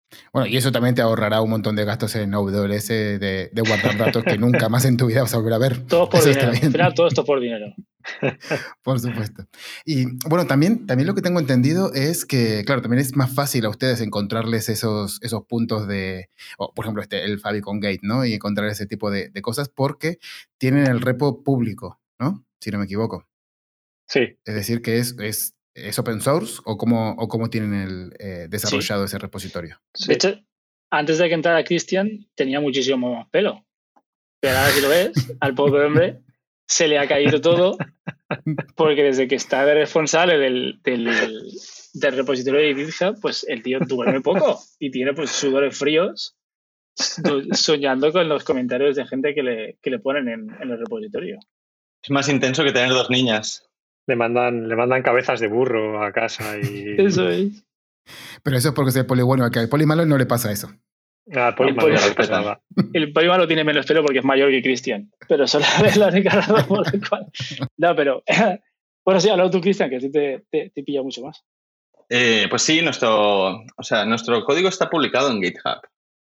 Bueno, y eso también te ahorrará un montón de gastos en AWS de guardar datos que nunca más en tu vida vas a volver a ver. Todo por dinero. Al final todo esto por dinero. Por supuesto. Y bueno, también lo que tengo entendido es que, claro, también es más fácil a ustedes encontrarles esos puntos por ejemplo, el Favicon Gate, ¿no? Y encontrar ese tipo de cosas porque tienen el repo público, ¿no? Si no me equivoco. Sí. Es decir, que es open source o cómo tienen desarrollado ese repositorio. De hecho, antes de que entrara Christian, tenía muchísimo más pelo. Pero ahora si lo ves, al pobre hombre se le ha caído todo porque desde que está de responsable del repositorio de GitHub, pues el tío duerme poco y tiene pues sudores fríos soñando con los comentarios de gente que le ponen en el repositorio. Es más intenso que tener 2 niñas. Le mandan cabezas de burro a casa y... Eso es. Pero eso es porque es el poli bueno, que al poli malo no le pasa eso. Al poli malo no le pasa nada. El poli malo tiene menos pelo porque es mayor que Christian, pero solo es la única razón por la cual... No, pero... Bueno, sí, habla tú, Christian, que a ti te pilla mucho más. Pues sí, nuestro código está publicado en GitHub.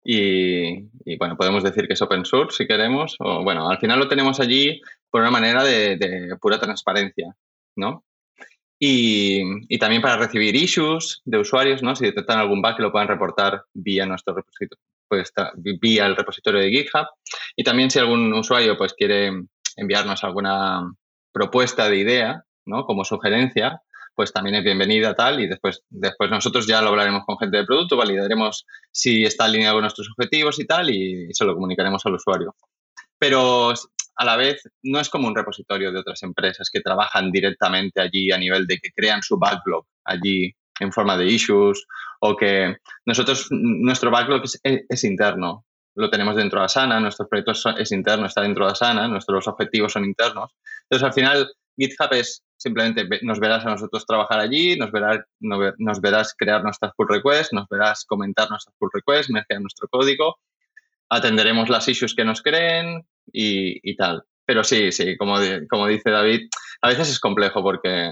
Y bueno, podemos decir que es open source si queremos. O bueno, al final lo tenemos allí por una manera de pura transparencia, ¿no? Y también para recibir issues de usuarios, ¿no? Si detectan algún bug que lo puedan reportar vía nuestro repositorio, pues vía el repositorio de GitHub. Y también si algún usuario pues quiere enviarnos alguna propuesta de idea, ¿no? Como sugerencia, pues también es bienvenida tal, y después nosotros ya lo hablaremos con gente de producto, validaremos si está alineado con nuestros objetivos y tal, y se lo comunicaremos al usuario. Pero a la vez no es como un repositorio de otras empresas que trabajan directamente allí a nivel de que crean su backlog allí en forma de issues, o que nuestro backlog es interno. Lo tenemos dentro de Asana, nuestro proyecto es interno, está dentro de Asana, nuestros objetivos son internos. Entonces, al final, GitHub es simplemente nos verás a nosotros trabajar allí, nos verás crear nuestras pull requests, nos verás comentar nuestras pull requests, mergear nuestro código, atenderemos las issues que nos creen y tal. Pero sí, como dice David, a veces es complejo porque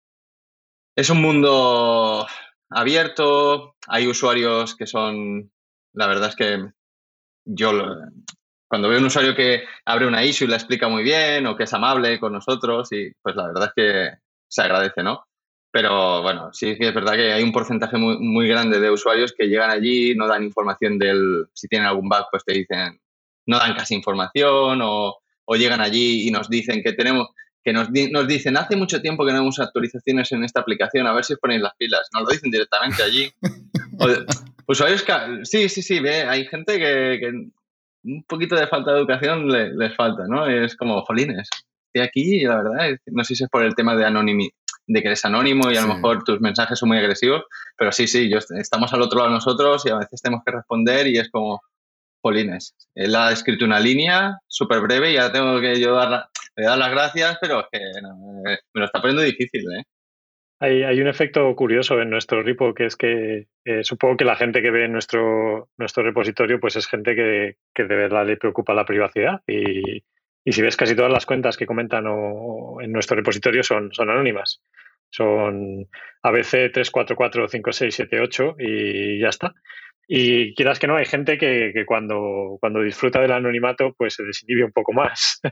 es un mundo abierto, hay usuarios que son, la verdad es que cuando veo un usuario que abre una issue y la explica muy bien o que es amable con nosotros, y pues la verdad es que se agradece, ¿no? Pero bueno, sí es verdad que hay un porcentaje muy, muy grande de usuarios que llegan allí, no dan información si tienen algún bug, pues te dicen, no dan casi información, o llegan allí y nos dicen nos dicen, hace mucho tiempo que no hemos actualizaciones en esta aplicación, a ver si os ponéis las pilas. Nos lo dicen directamente allí. Usuarios sí, hay gente que un poquito de falta de educación les falta, ¿no? Es como, jolines, estoy aquí y la verdad, no sé si es por el tema de que eres anónimo y a lo mejor tus mensajes son muy agresivos, pero sí, estamos al otro lado nosotros y a veces tenemos que responder y es como, jolines, él ha escrito una línea súper breve y ya tengo que yo le dar las gracias, pero es que me lo está poniendo difícil, ¿eh? Hay un efecto curioso en nuestro repo, que es que supongo que la gente que ve nuestro repositorio pues es gente que de verdad le preocupa la privacidad, y si ves, casi todas las cuentas que comentan en nuestro repositorio son anónimas. Son ABC 3445678 y ya está. Y quieras que no, hay gente que cuando disfruta del anonimato pues se desinhibe un poco más.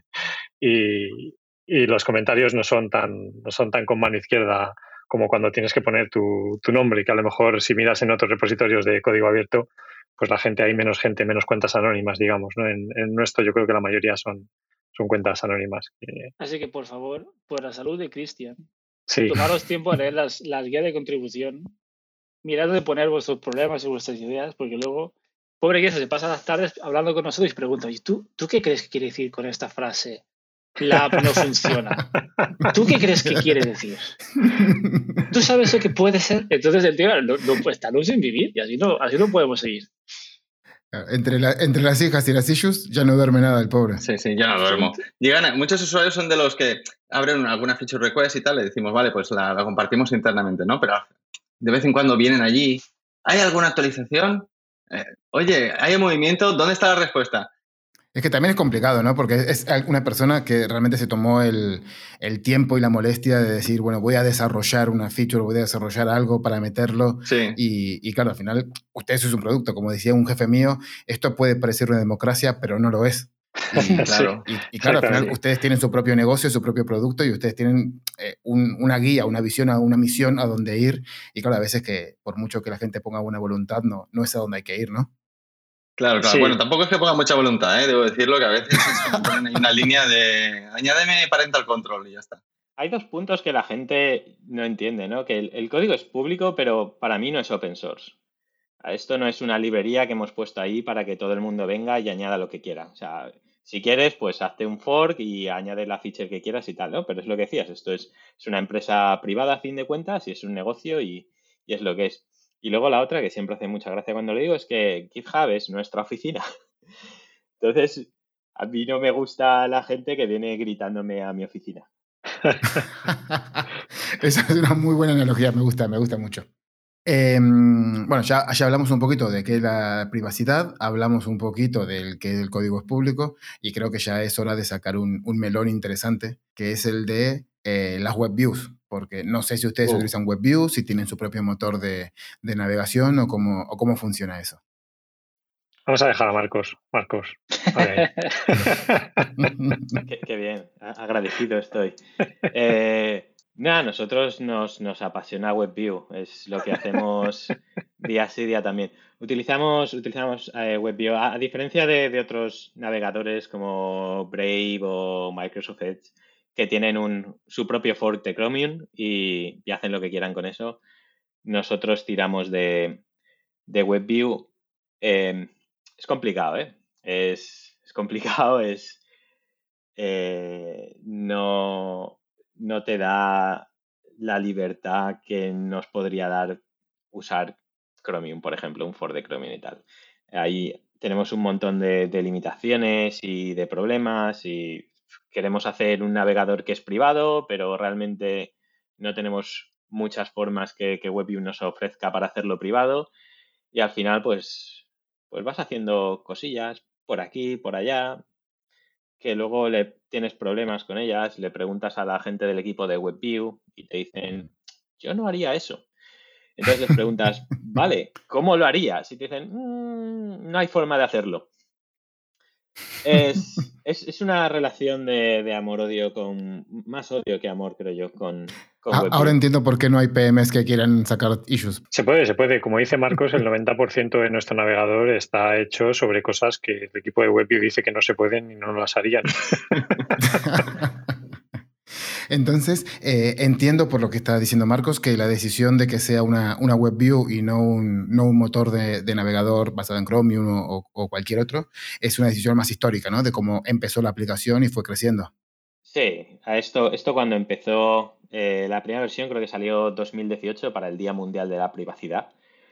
Y los comentarios no son tan con mano izquierda como cuando tienes que poner tu nombre, y que a lo mejor si miras en otros repositorios de código abierto, pues hay menos cuentas anónimas, digamos, ¿no? En nuestro yo creo que la mayoría son cuentas anónimas. Así que, por favor, por la salud de Christian, sí, tomaros tiempo a leer las guías de contribución, mirad de poner vuestros problemas y vuestras ideas, porque luego, pobre Christian, se pasa las tardes hablando con nosotros y pregunta, ¿y tú qué crees que quiere decir con esta frase? La app no funciona. ¿Tú qué crees que quiere decir? ¿Tú sabes lo que puede ser? Entonces el tío no puede estar sin vivir, y así no podemos seguir. Entre las hijas y las issues ya no duerme nada el pobre. Sí, ya no duermo. Muchos usuarios son de los que abren alguna feature request y tal, le decimos, vale, pues la compartimos internamente, ¿no? Pero de vez en cuando vienen allí, ¿hay alguna actualización? Oye, ¿hay movimiento? ¿Dónde está la respuesta? Es que también es complicado, ¿no? Porque es una persona que realmente se tomó el tiempo y la molestia de decir, bueno, voy a desarrollar una feature, voy a desarrollar algo para meterlo. Sí, Y claro, al final, ustedes es un producto. Como decía un jefe mío, esto puede parecer una democracia, pero no lo es. Y, Sí, claro. y claro, al final exactamente. ustedes tienen su propio negocio, su propio producto y ustedes tienen una guía, una visión, una misión a dónde ir. Y claro, a veces que por mucho que la gente ponga buena voluntad, no es a dónde hay que ir, ¿no? Claro. Bueno, Sí, tampoco es que ponga mucha voluntad, ¿eh? Debo decirlo, que a veces es como ponen ahí una línea de añádeme parental control y ya está. Hay dos puntos que la gente no entiende, ¿no? Que el código es público, pero para mí no es open source. Esto no es una librería que hemos puesto ahí para que todo el mundo venga y añada lo que quiera. O sea, si quieres, pues hazte un fork y añade la feature que quieras y tal, ¿no? Pero es lo que decías, esto es una empresa privada a fin de cuentas y es un negocio y es lo que es. Y luego la otra, que siempre hace mucha gracia cuando lo digo, es que GitHub es nuestra oficina. Entonces, a mí no me gusta la gente que viene gritándome a mi oficina. Esa es una muy buena analogía, me gusta mucho. Bueno, ya hablamos un poquito de qué es la privacidad, hablamos un poquito del que el código es público y creo que ya es hora de sacar un melón interesante, que es el de las web views, porque no sé si ustedes utilizan web views, si tienen su propio motor de navegación o cómo funciona eso. vamos a dejar a Marcos. Marcos, vale. Qué bien, agradecido estoy. Nada, nosotros nos apasiona WebView, es lo que hacemos día sí, día también. Utilizamos WebView, a diferencia de otros navegadores como Brave o Microsoft Edge, que tienen su propio fork de Chromium y hacen lo que quieran con eso. Nosotros tiramos de WebView. Es complicado, ¿eh? Es complicado, no te da la libertad que nos podría dar usar Chromium, por ejemplo, un fork de Chromium y tal. Ahí tenemos un montón de limitaciones y de problemas y queremos hacer un navegador que es privado, pero realmente no tenemos muchas formas que WebView nos ofrezca para hacerlo privado y al final pues vas haciendo cosillas por aquí, por allá, que luego le tienes problemas con ellas, le preguntas a la gente del equipo de WebView y te dicen, yo no haría eso. Entonces les preguntas, vale, ¿cómo lo harías? Y te dicen, no hay forma de hacerlo. Es una relación de amor-odio, con más odio que amor, creo yo, con WebView. Ahora entiendo por qué no hay PMs que quieran sacar issues. Se puede. Como dice Marcos, el 90% de nuestro navegador está hecho sobre cosas que el equipo de WebView dice que no se pueden y no las harían. Entonces, entiendo por lo que está diciendo Marcos que la decisión de que sea una web view y no un motor de navegador basado en Chromium o cualquier otro es una decisión más histórica, ¿no? De cómo empezó la aplicación y fue creciendo. Sí, esto cuando empezó la primera versión creo que salió 2018 para el Día Mundial de la Privacidad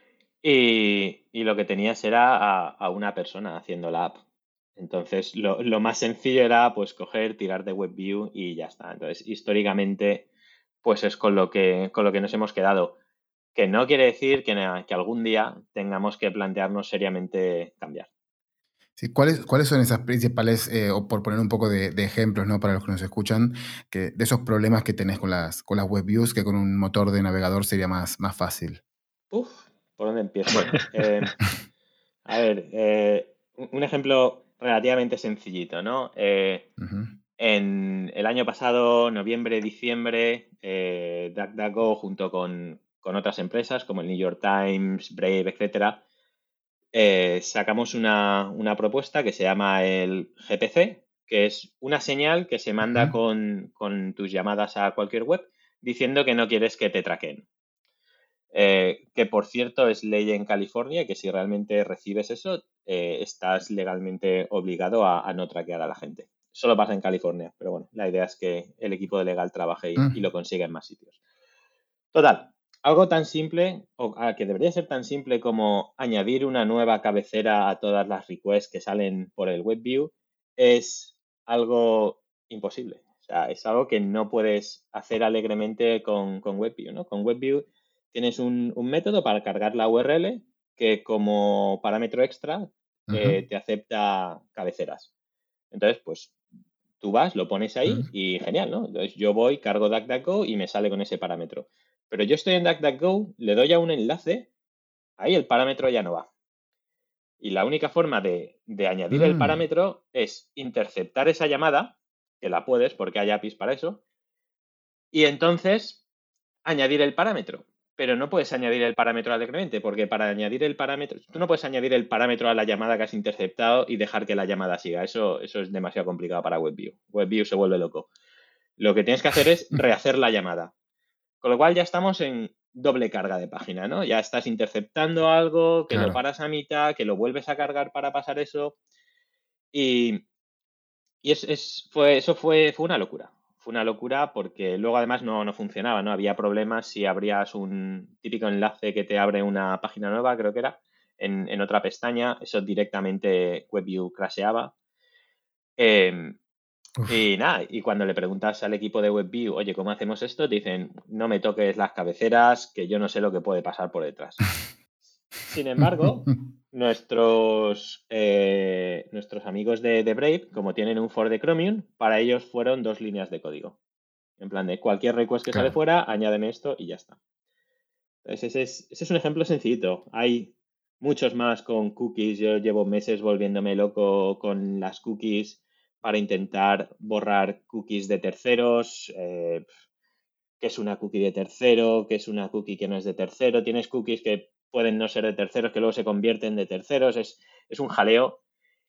y lo que tenías era a una persona haciendo la app. Entonces lo más sencillo era pues coger, tirar de WebView y ya está. Entonces históricamente pues es con lo que nos hemos quedado. Que no quiere decir que algún día tengamos que plantearnos seriamente cambiar. Sí, ¿cuáles son esas principales, o por poner un poco de ejemplos, ¿no? Para los que nos escuchan, de esos problemas que tenés con las web views que con un motor de navegador sería más fácil? Uf, ¿por dónde empiezo? A ver, un ejemplo relativamente sencillito, ¿no? Ujú. En el año pasado, noviembre, diciembre, DuckDuckGo junto con otras empresas como el New York Times, Brave, etcétera, sacamos una propuesta que se llama el GPC, que es una señal que se manda con tus llamadas a cualquier web diciendo que no quieres que te traqueen. Que por cierto es ley en California, que si realmente recibes eso, estás legalmente obligado a no traquear a la gente. Solo pasa en California, pero bueno, la idea es que el equipo de legal trabaje y lo consiga en más sitios. Total, algo tan simple, o que debería ser tan simple como añadir una nueva cabecera a todas las requests que salen por el WebView, es algo imposible. O sea, es algo que no puedes hacer alegremente con WebView, ¿no? Con WebView tienes un método para cargar la URL que como parámetro extra te acepta cabeceras. Entonces, pues tú vas, lo pones ahí y genial, ¿no? Entonces yo voy, cargo DuckDuckGo y me sale con ese parámetro. Pero yo estoy en DuckDuckGo, le doy a un enlace, ahí el parámetro ya no va. Y la única forma de añadir el parámetro es interceptar esa llamada, que la puedes porque hay APIs para eso, y entonces añadir el parámetro. Pero no puedes añadir el parámetro alegremente, porque para añadir el parámetro, tú no puedes añadir el parámetro a la llamada que has interceptado y dejar que la llamada siga. Eso es demasiado complicado para WebView. WebView se vuelve loco. Lo que tienes que hacer es rehacer la llamada. Con lo cual ya estamos en doble carga de página, ¿no? Ya estás interceptando algo, que lo paras a mitad, que lo vuelves a cargar para pasar eso. Y eso fue una locura. Fue una locura porque luego además no funcionaba, ¿no? Había problemas si abrías un típico enlace que te abre una página nueva, creo que era, en otra pestaña, eso directamente WebView crasheaba. Y nada, y cuando le preguntas al equipo de WebView, oye, ¿cómo hacemos esto? Te dicen, no me toques las cabeceras, que yo no sé lo que puede pasar por detrás. Sin embargo, nuestros amigos de Brave, como tienen un for de Chromium, para ellos fueron 2 líneas de código. En plan de cualquier request que sale fuera, añádeme esto y ya está. Entonces, ese es un ejemplo sencillito. Hay muchos más con cookies. Yo llevo meses volviéndome loco con las cookies para intentar borrar cookies de terceros. ¿Qué es una cookie de tercero? ¿Qué es una cookie que no es de tercero? Tienes cookies que pueden no ser de terceros, que luego se convierten de terceros. Es un jaleo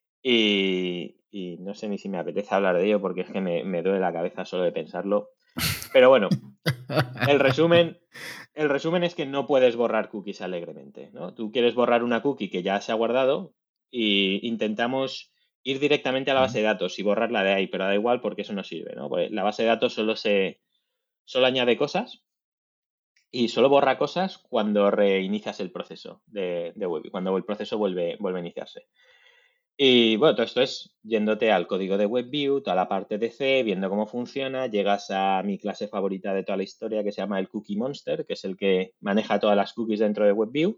y no sé ni si me apetece hablar de ello porque es que me duele la cabeza solo de pensarlo. Pero bueno, el resumen es que no puedes borrar cookies alegremente, ¿no? Tú quieres borrar una cookie que ya se ha guardado y intentamos ir directamente a la base de datos y borrarla de ahí, pero da igual porque eso no sirve, ¿no? Porque la base de datos solo añade cosas y solo borra cosas cuando reinicias el proceso de WebView, cuando el proceso vuelve a iniciarse. Y bueno, todo esto es yéndote al código de WebView, toda la parte de C, viendo cómo funciona, llegas a mi clase favorita de toda la historia que se llama el Cookie Monster, que es el que maneja todas las cookies dentro de WebView.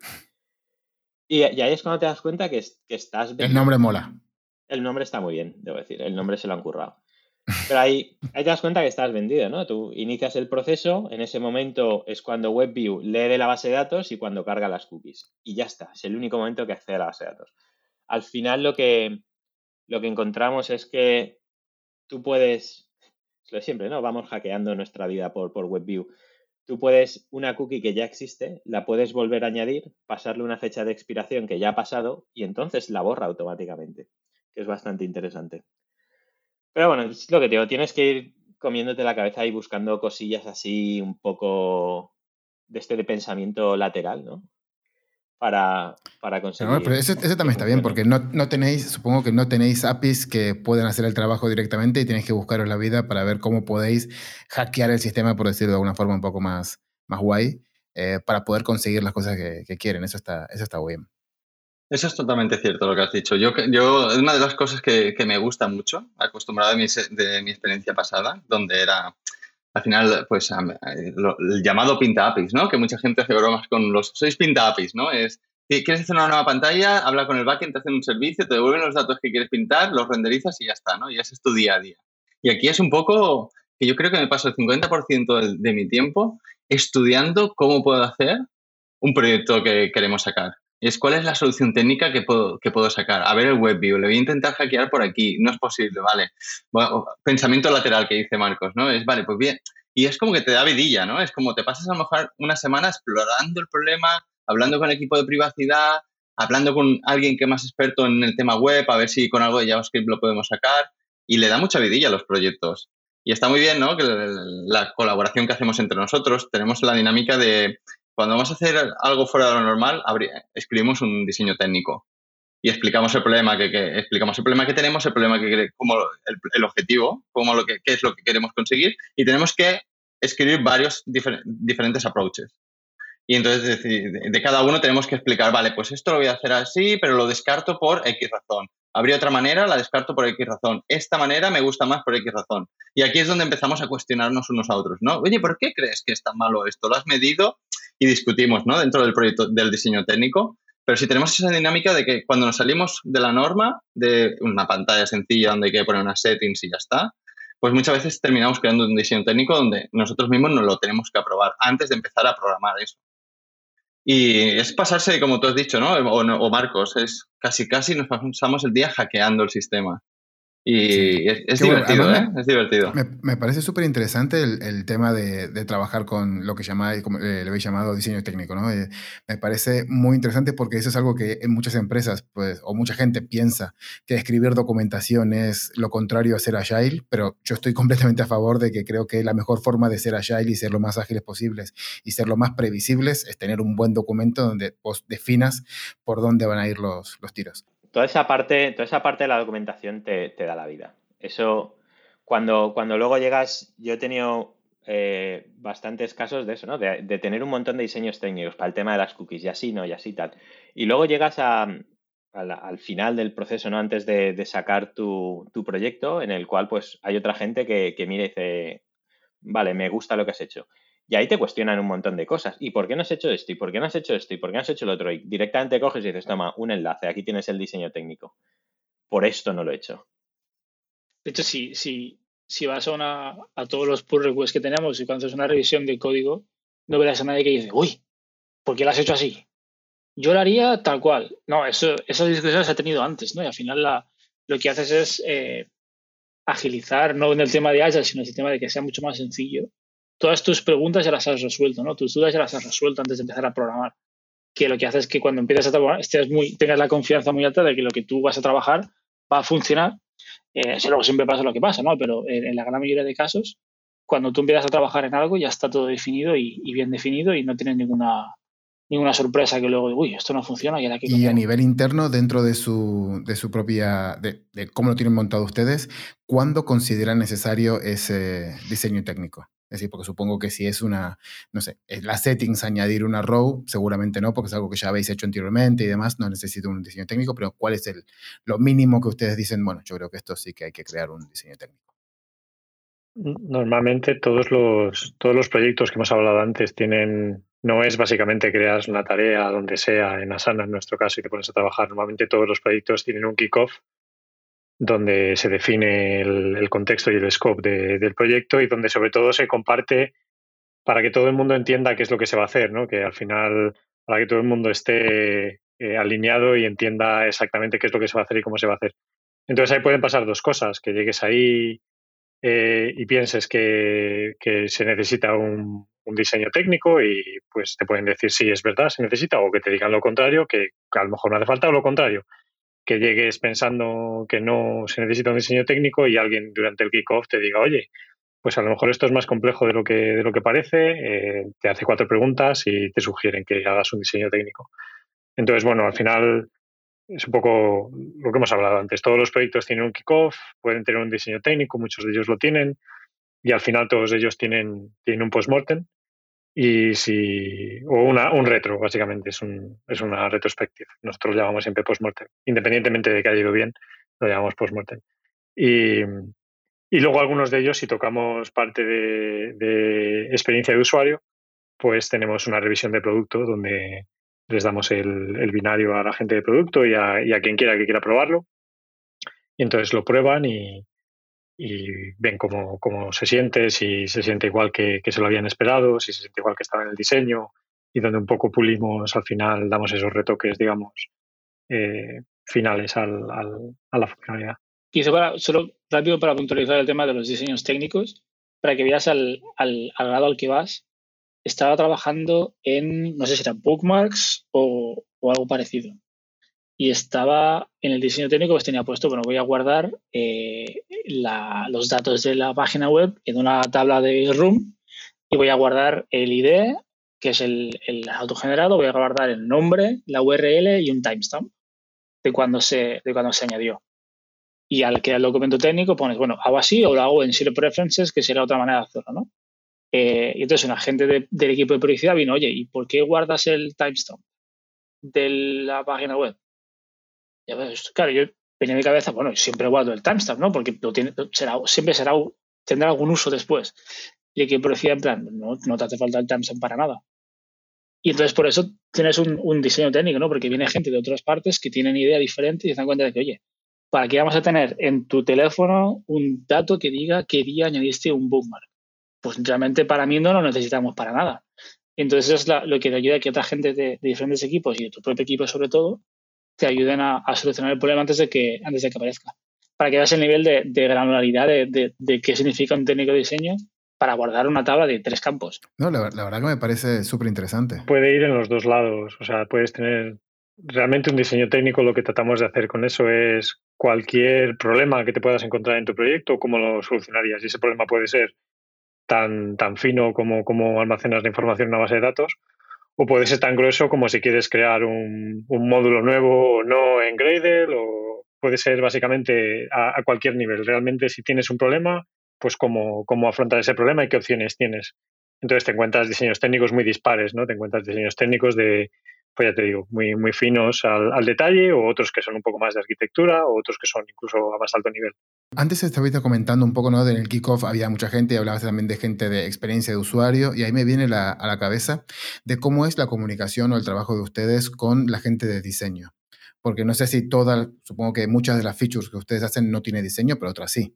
Y ahí es cuando te das cuenta que estás vendiendo. El nombre mola. El nombre está muy bien, debo decir, el nombre se lo han currado. Pero ahí te das cuenta que estás vendido, ¿no? Tú inicias el proceso, en ese momento es cuando WebView lee de la base de datos y cuando carga las cookies. Y ya está, es el único momento que accede a la base de datos. Al final lo que encontramos es que tú puedes, lo de siempre, ¿no? Vamos hackeando nuestra vida por WebView. Tú puedes, una cookie que ya existe, la puedes volver a añadir, pasarle una fecha de expiración que ya ha pasado y entonces la borra automáticamente, que es bastante interesante. Pero bueno, es lo que te digo, tienes que ir comiéndote la cabeza y buscando cosillas así un poco de pensamiento lateral, ¿no? Para conseguir. No, pero ese también está bien, porque no tenéis, supongo que no tenéis APIs que pueden hacer el trabajo directamente y tenéis que buscaros la vida para ver cómo podéis hackear el sistema, por decirlo de alguna forma un poco más guay, para poder conseguir las cosas que quieren. Eso está bien. Eso es totalmente cierto lo que has dicho. Yo una de las cosas que me gusta mucho, acostumbrado de mi experiencia pasada, donde era al final, pues, el llamado pinta APIs, ¿no? Que mucha gente hace bromas con sois pinta APIs, ¿no? ¿Quieres hacer una nueva pantalla? Habla con el backend, te hacen un servicio, te devuelven los datos que quieres pintar, los renderizas y ya está, ¿no? Y ese es tu día a día. Y aquí es un poco que yo creo que me paso el 50% de mi tiempo estudiando cómo puedo hacer un proyecto que queremos sacar. ¿Cuál es la solución técnica que puedo sacar? A ver el WebView, le voy a intentar hackear por aquí, no es posible, vale. Bueno, pensamiento lateral que dice Marcos, ¿no? Vale, pues bien. Y es como que te da vidilla, ¿no? Es como te pasas a lo mejor una semana explorando el problema, hablando con el equipo de privacidad, hablando con alguien que es más experto en el tema web, a ver si con algo de JavaScript lo podemos sacar, y le da mucha vidilla a los proyectos. Y está muy bien, ¿no? Que la colaboración que hacemos entre nosotros, tenemos la dinámica de cuando vamos a hacer algo fuera de lo normal, escribimos un diseño técnico y explicamos el problema que tenemos, el problema como el objetivo, qué es lo que queremos conseguir, y tenemos que escribir varios diferentes approaches. Y entonces de cada uno tenemos que explicar, vale, pues esto lo voy a hacer así, pero lo descarto por X razón. Habría otra manera, la descarto por X razón. Esta manera me gusta más por X razón. Y aquí es donde empezamos a cuestionarnos unos a otros, ¿no? Oye, ¿por qué crees que es tan malo esto? ¿Lo has medido? Y discutimos, ¿no? Dentro del proyecto del diseño técnico. Pero si tenemos esa dinámica de que cuando nos salimos de la norma, de una pantalla sencilla donde hay que poner unas settings y ya está, pues muchas veces terminamos creando un diseño técnico donde nosotros mismos nos lo tenemos que aprobar antes de empezar a programar eso. Y es pasarse, como tú has dicho, ¿no? O Marcos, es casi nos pasamos el día hackeando el sistema. Y sí. es divertido, bueno, es divertido. Me parece súper interesante el tema de trabajar con lo que como le habéis llamado diseño técnico, ¿no? Me parece muy interesante porque eso es algo que en muchas empresas, pues, o mucha gente piensa que escribir documentación es lo contrario a ser agile, pero yo estoy completamente a favor de que creo que la mejor forma de ser agile y ser lo más ágiles posibles y ser lo más previsibles es tener un buen documento donde vos definas por dónde van a ir los tiros. Toda esa parte de la documentación te da la vida. Eso, cuando luego llegas, yo he tenido bastantes casos de eso, ¿no? De tener un montón de diseños técnicos para el tema de las cookies, y así, ¿no? Y así tal. Y luego llegas al final del proceso, ¿no? Antes de sacar tu proyecto, en el cual pues hay otra gente que mira y dice, vale, me gusta lo que has hecho. Y ahí te cuestionan un montón de cosas. ¿Y por qué no has hecho esto? ¿Y por qué no has hecho esto? ¿Y por qué no has hecho lo otro? Y directamente coges y dices, toma, un enlace, aquí tienes el diseño técnico. Por esto no lo he hecho. De hecho, si vas a todos los pull requests que tenemos y cuando haces una revisión de código, no verás a nadie que dice, uy, ¿por qué lo has hecho así? Yo lo haría tal cual. No, esas discusiones se ha tenido antes, ¿no? Y al final lo que haces es agilizar, no en el tema de Agile, sino en el tema de que sea mucho más sencillo. Todas tus preguntas ya las has resuelto, ¿no? Tus dudas ya las has resuelto antes de empezar a programar. Que lo que hace es que cuando empieces a trabajar tengas la confianza muy alta de que lo que tú vas a trabajar va a funcionar. Luego siempre pasa lo que pasa, ¿no? Pero en la gran mayoría de casos, cuando tú empiezas a trabajar en algo, ya está todo definido y bien definido y no tienes ninguna sorpresa que luego, uy, esto no funciona. Y a nivel interno, dentro de su propia, de cómo lo tienen montado ustedes, ¿cuándo consideran necesario ese diseño técnico? Es decir, porque supongo que si es las settings, añadir una row, seguramente no, porque es algo que ya habéis hecho anteriormente y demás, no necesito un diseño técnico, pero ¿cuál es lo mínimo que ustedes dicen? Bueno, yo creo que esto sí que hay que crear un diseño técnico. Normalmente todos los proyectos que hemos hablado antes no es básicamente creas una tarea donde sea, en Asana en nuestro caso, y te pones a trabajar. Normalmente todos los proyectos tienen un kickoff donde se define el contexto y el scope del proyecto y donde sobre todo se comparte para que todo el mundo entienda qué es lo que se va a hacer, ¿no? Que al final, para que todo el mundo esté alineado y entienda exactamente qué es lo que se va a hacer y cómo se va a hacer. Entonces ahí pueden pasar dos cosas, que llegues ahí y pienses que se necesita un diseño técnico y pues te pueden decir sí, es verdad, se necesita, o que te digan lo contrario, que a lo mejor no hace falta, o lo contrario, que llegues pensando que no se necesita un diseño técnico y alguien durante el kickoff te diga, oye, pues a lo mejor esto es más complejo de lo que parece, te hace 4 preguntas y te sugieren que hagas un diseño técnico. Entonces, bueno, al final es un poco lo que hemos hablado antes. Todos los proyectos tienen un kickoff, pueden tener un diseño técnico, muchos de ellos lo tienen, y al final todos ellos tienen un postmortem o un retro, básicamente, es una retrospectiva. Nosotros lo llamamos siempre postmortem. Independientemente de que haya ido bien, lo llamamos postmortem. Y luego algunos de ellos, si tocamos parte de experiencia de usuario, pues tenemos una revisión de producto donde les damos el binario a la gente de producto y a quien quiera que quiera probarlo. Y entonces lo prueban y ven cómo se siente, si se siente igual que se lo habían esperado, si se siente igual que estaba en el diseño, y donde un poco pulimos al final, damos esos retoques, digamos, finales a la funcionalidad. Y solo rápido para puntualizar el tema de los diseños técnicos, para que veas al grado al que vas. Estaba trabajando en, no sé si eran bookmarks o algo parecido. Y estaba en el diseño técnico, pues tenía puesto, bueno, voy a guardar los datos de la página web en una tabla de Room y voy a guardar el ID, que es el autogenerado, voy a guardar el nombre, la URL y un timestamp de cuando se añadió. Y al crear el documento técnico pones, bueno, hago así o lo hago en Shared Preferences, que será otra manera de hacerlo, ¿no? Y entonces un agente del equipo de publicidad vino, oye, ¿y por qué guardas el timestamp de la página web? Y claro, yo tenía en mi cabeza, bueno, siempre guardo el timestamp, ¿no? Porque tendrá algún uso después. Y el equipo de publicidad, en plan, no te hace falta el timestamp para nada. Y entonces por eso tienes un diseño técnico, ¿no? Porque viene gente de otras partes que tienen idea diferente y se dan cuenta de que, oye, ¿para qué vamos a tener en tu teléfono un dato que diga qué día añadiste un bookmark? Pues realmente para mí no lo necesitamos para nada. Entonces eso es lo que te ayuda a que otra gente de diferentes equipos y de tu propio equipo sobre todo te ayuden a solucionar el problema antes de que aparezca. Para que veas el nivel de granularidad de qué significa un técnico de diseño para guardar una tabla de 3 campos. No, la verdad que me parece súper interesante. Puede ir en los dos lados. O sea, puedes tener realmente un diseño técnico. Lo que tratamos de hacer con eso es cualquier problema que te puedas encontrar en tu proyecto, cómo lo solucionarías. Y ese problema puede ser tan fino como almacenas la información en una base de datos, o puede ser tan grueso como si quieres crear un módulo nuevo o no en Gradle, o puede ser básicamente a cualquier nivel. Realmente, si tienes un problema, pues cómo afrontar ese problema y qué opciones tienes. Entonces te encuentras diseños técnicos muy dispares, ¿no? Te encuentras diseños técnicos pues ya te digo, muy, muy finos al detalle, o otros que son un poco más de arquitectura, o otros que son incluso a más alto nivel. Antes estabas comentando un poco, ¿no? En el kickoff había mucha gente y hablabas también de gente de experiencia de usuario, y ahí me viene a la cabeza de cómo es la comunicación o el trabajo de ustedes con la gente de diseño. Porque no sé si supongo que muchas de las features que ustedes hacen no tienen diseño, pero otras sí.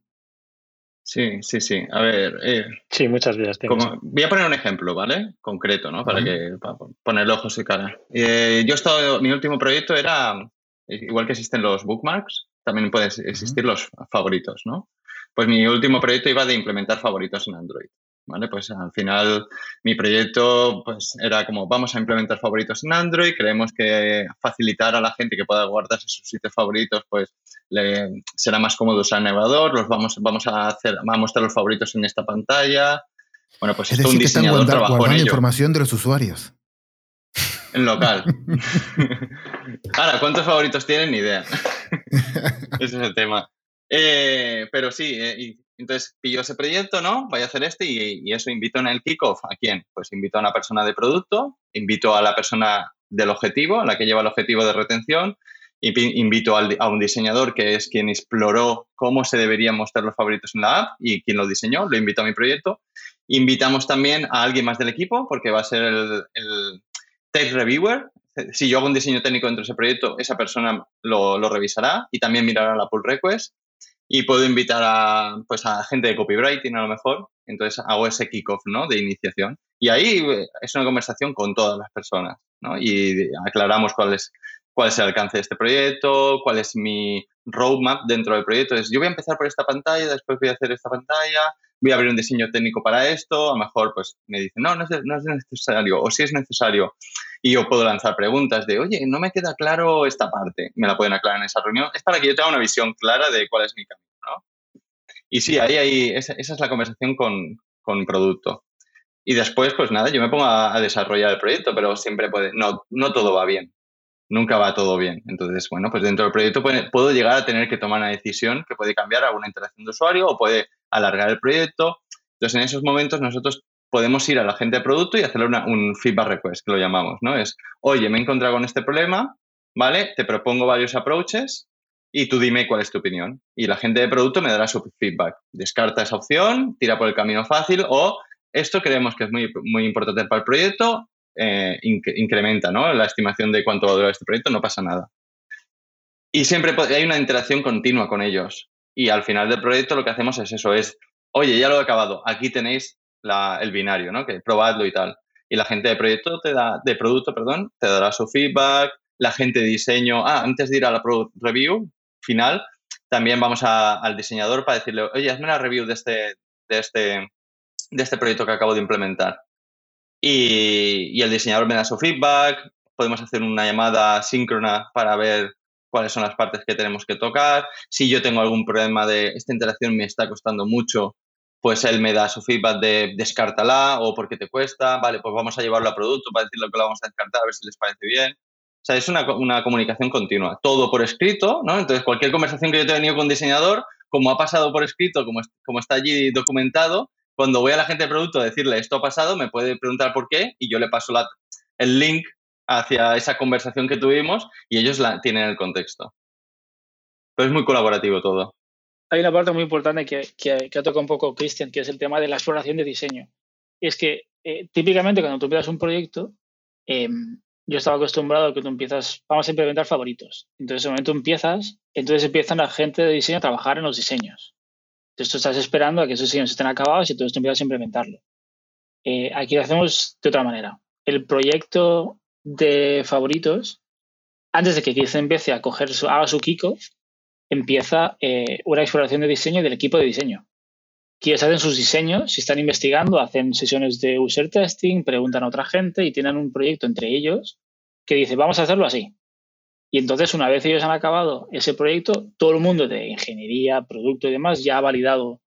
Sí. A ver. Sí, muchas veces tienen. Voy a poner un ejemplo, ¿vale? Concreto, ¿no? Para ponerle ojos y cara. Yo he estado, mi último proyecto era, igual que existen los bookmarks, también pueden existir los favoritos, ¿no? Pues mi último proyecto iba de implementar favoritos en Android, ¿vale? Pues al final mi proyecto pues era como, vamos a implementar favoritos en Android, creemos que facilitar a la gente que pueda guardarse sus sitios favoritos, pues será más cómodo usar el navegador, vamos a mostrar los favoritos en esta pantalla. Bueno, pues es esto decir, un diseñador trabajó en guardando ello. Información de los usuarios. En local. Ahora, ¿cuántos favoritos tienen? Ni idea. Ese es el tema. Pero sí, entonces pillo ese proyecto, ¿no? Voy a hacer y eso invito en el kickoff. ¿A quién? Pues invito a una persona de producto, invito a la persona del objetivo, la que lleva el objetivo de retención, invito a un diseñador que es quien exploró cómo se deberían mostrar los favoritos en la app y quien lo diseñó, lo invito a mi proyecto. Invitamos también a alguien más del equipo porque va a ser el tech reviewer. Si yo hago un diseño técnico dentro de ese proyecto, esa persona lo revisará y también mirará la pull request. Y puedo invitar a gente de copywriting a lo mejor. Entonces hago ese kickoff, ¿no? De iniciación. Y ahí es una conversación con todas las personas, ¿no? Y aclaramos cuál es el alcance de este proyecto, cuál es mi roadmap dentro del proyecto. Entonces, yo voy a empezar por esta pantalla, después voy a hacer esta pantalla, voy a abrir un diseño técnico para esto. A lo mejor pues me dicen, no es necesario, o sí es necesario. Y yo puedo lanzar preguntas de, oye, no me queda claro esta parte. Me la pueden aclarar en esa reunión. Es para que yo tenga una visión clara de cuál es mi camino, ¿no? Y sí, esa es la conversación con producto. Y después, pues nada, yo me pongo a desarrollar el proyecto, pero siempre no todo va bien. Nunca va todo bien. Entonces, bueno, pues dentro del proyecto puedo llegar a tener que tomar una decisión que puede cambiar alguna interacción de usuario o puede alargar el proyecto. Entonces, en esos momentos nosotros podemos ir a la gente de producto y hacerle un feedback request, que lo llamamos, ¿no? Es, oye, me he encontrado con este problema, ¿vale? Te propongo varios approaches y tú dime cuál es tu opinión. Y la gente de producto me dará su feedback. Descarta esa opción, tira por el camino fácil o esto creemos que es muy, muy importante para el proyecto, incrementa, ¿no? La estimación de cuánto va a durar este proyecto, no pasa nada. Y siempre hay una interacción continua con ellos. Y al final del proyecto lo que hacemos es eso, oye, ya lo he acabado, aquí tenéis el binario, ¿no? Que probadlo y tal. Y la gente de producto te dará su feedback. La gente de diseño, antes de ir a la product review final, también vamos al diseñador para decirle, oye, hazme una review de este proyecto que acabo de implementar. Y el diseñador me da su feedback, podemos hacer una llamada síncrona para ver cuáles son las partes que tenemos que tocar. Si yo tengo algún problema de esta interacción me está costando mucho, pues él me da su feedback de descártala o porque te cuesta, vale, pues vamos a llevarlo a producto para decirle que lo vamos a descartar, a ver si les parece bien. O sea, es una comunicación continua, todo por escrito, ¿no? Entonces, cualquier conversación que yo he tenido con un diseñador, como ha pasado por escrito, como está allí documentado, cuando voy a la gente de producto a decirle esto ha pasado, me puede preguntar por qué y yo le paso el link hacia esa conversación que tuvimos y ellos tienen el contexto. Pero es muy colaborativo todo. Hay una parte muy importante que ha tocado un poco Cristian, que es el tema de la exploración de diseño. Y es que típicamente cuando tú empiezas un proyecto, yo estaba acostumbrado a que tú empiezas, vamos a implementar favoritos. Entonces, en el momento empiezas, entonces empiezan la gente de diseño a trabajar en los diseños. Entonces, tú estás esperando a que esos diseños estén acabados y entonces tú empiezas a implementarlo. Aquí lo hacemos de otra manera. El proyecto de favoritos, antes de que Chris empiece a haga su kickoff, empieza una exploración de diseño del equipo de diseño. Quienes hacen sus diseños, si están investigando, hacen sesiones de user testing, preguntan a otra gente y tienen un proyecto entre ellos que dice, vamos a hacerlo así. Y entonces, una vez ellos han acabado ese proyecto, todo el mundo de ingeniería, producto y demás ya ha validado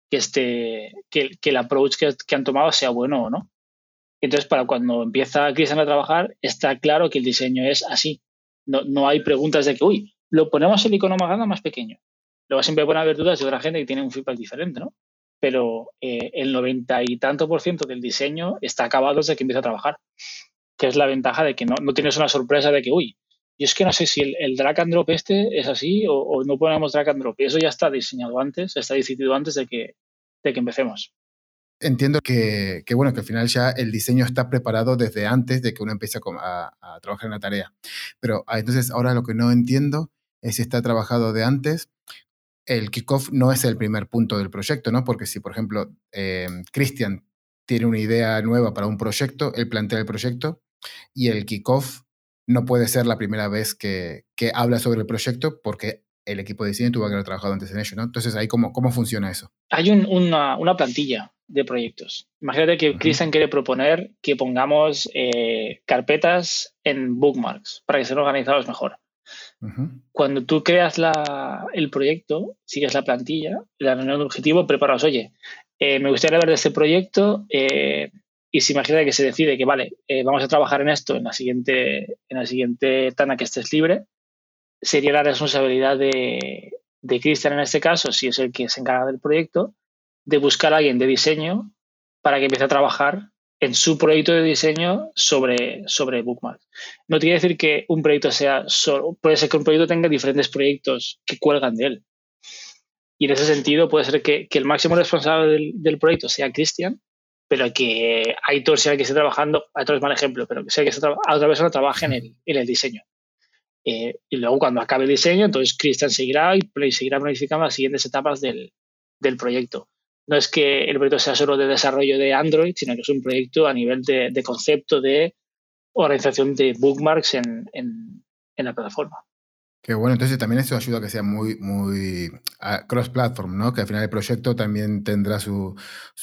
que el approach que han tomado sea bueno o no. Entonces, para cuando empieza Cristian a trabajar, está claro que el diseño es así. No hay preguntas de que, uy, lo ponemos el icono más grande o más pequeño. Luego siempre pueden haber dudas de otra gente que tiene un feedback diferente, ¿no? Pero el 90 y tanto % del diseño está acabado desde que empieza a trabajar, que es la ventaja de que no tienes una sorpresa de que, uy, yo es que no sé si el drag and drop este es así o no ponemos drag and drop. Y eso ya está diseñado antes, está decidido antes de que empecemos. Entiendo que al final ya el diseño está preparado desde antes de que uno empiece a trabajar en la tarea. Pero entonces ahora lo que no entiendo es si está trabajado de antes. El kickoff no es el primer punto del proyecto, ¿no? Porque si, por ejemplo, Cristian tiene una idea nueva para un proyecto, él plantea el proyecto y el kickoff no puede ser la primera vez que habla sobre el proyecto porque el equipo de diseño tuvo que haber trabajado antes en ello, ¿no? Entonces, ahí ¿cómo funciona eso? Hay una plantilla de proyectos. Imagínate que Cristian quiere proponer que pongamos carpetas en bookmarks para que sean organizados mejor. Cuando tú creas el proyecto, sigues la plantilla, la reunión de objetivo, preparas, oye, me gustaría hablar de este proyecto y se imagina que se decide que, vale, vamos a trabajar en esto en la siguiente tanda que estés libre, sería la responsabilidad de Cristian en este caso, si es el que se encarga del proyecto, de buscar a alguien de diseño para que empiece a trabajar en su proyecto de diseño sobre bookmarks. No quiere decir que un proyecto sea solo, puede ser que un proyecto tenga diferentes proyectos que cuelgan de él. Y en ese sentido puede ser que el máximo responsable del proyecto sea Cristian, pero que Aitor sea el que esté trabajando, Aitor es mal ejemplo, pero que sea el que otra persona trabaje en el diseño. Y luego cuando acabe el diseño, entonces Cristian seguirá planificando las siguientes etapas del proyecto. No es que el proyecto sea solo de desarrollo de Android, sino que es un proyecto a nivel de concepto de organización de bookmarks en la plataforma. Qué bueno, entonces también eso ayuda a que sea muy, muy cross-platform, ¿no? Que al final el proyecto también tendrá su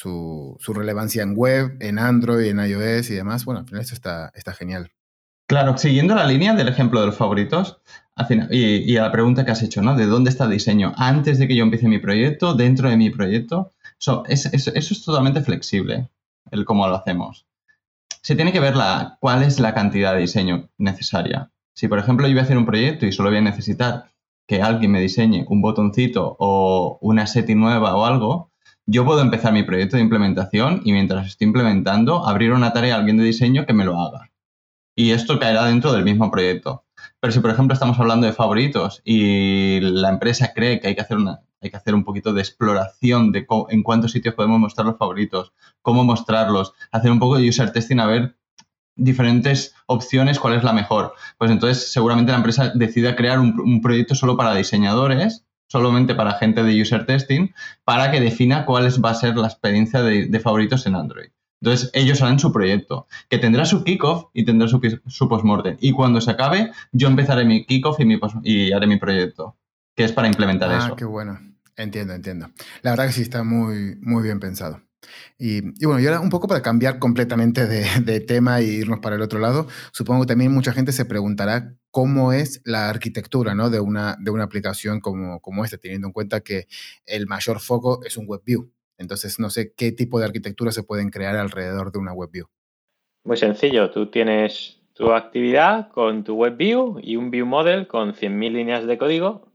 relevancia en web, en Android, en iOS y demás. Bueno, al final eso está genial. Claro, siguiendo la línea del ejemplo de los favoritos, al final, y a la pregunta que has hecho, ¿no? ¿De dónde está el diseño? ¿Antes de que yo empiece mi proyecto? ¿Dentro de mi proyecto? Eso es totalmente flexible, el cómo lo hacemos. Se tiene que ver cuál es la cantidad de diseño necesaria. Si, por ejemplo, yo voy a hacer un proyecto y solo voy a necesitar que alguien me diseñe un botoncito o una setting nueva o algo, yo puedo empezar mi proyecto de implementación y mientras estoy implementando, abrir una tarea a alguien de diseño que me lo haga. Y esto caerá dentro del mismo proyecto. Pero si, por ejemplo, estamos hablando de favoritos y la empresa cree que hay que hacer un poquito de exploración de en cuántos sitios podemos mostrar los favoritos, cómo mostrarlos, hacer un poco de user testing a ver diferentes opciones, cuál es la mejor. Pues entonces seguramente la empresa decida crear un proyecto solo para diseñadores, solamente para gente de user testing, para que defina cuál va a ser la experiencia de favoritos en Android. Entonces, ellos harán su proyecto, que tendrá su kickoff y tendrá su postmortem. Y cuando se acabe, yo empezaré mi kickoff y haré mi proyecto, que es para implementar eso. Ah, qué bueno. Entiendo. La verdad que sí está muy, muy bien pensado. Y bueno, y ahora un poco para cambiar completamente de tema e irnos para el otro lado, supongo que también mucha gente se preguntará cómo es la arquitectura, ¿no? de una aplicación como esta, teniendo en cuenta que el mayor foco es un WebView. Entonces, no sé qué tipo de arquitectura se pueden crear alrededor de una WebView. Muy sencillo. Tú tienes tu actividad con tu WebView y un View Model con 100.000 líneas de código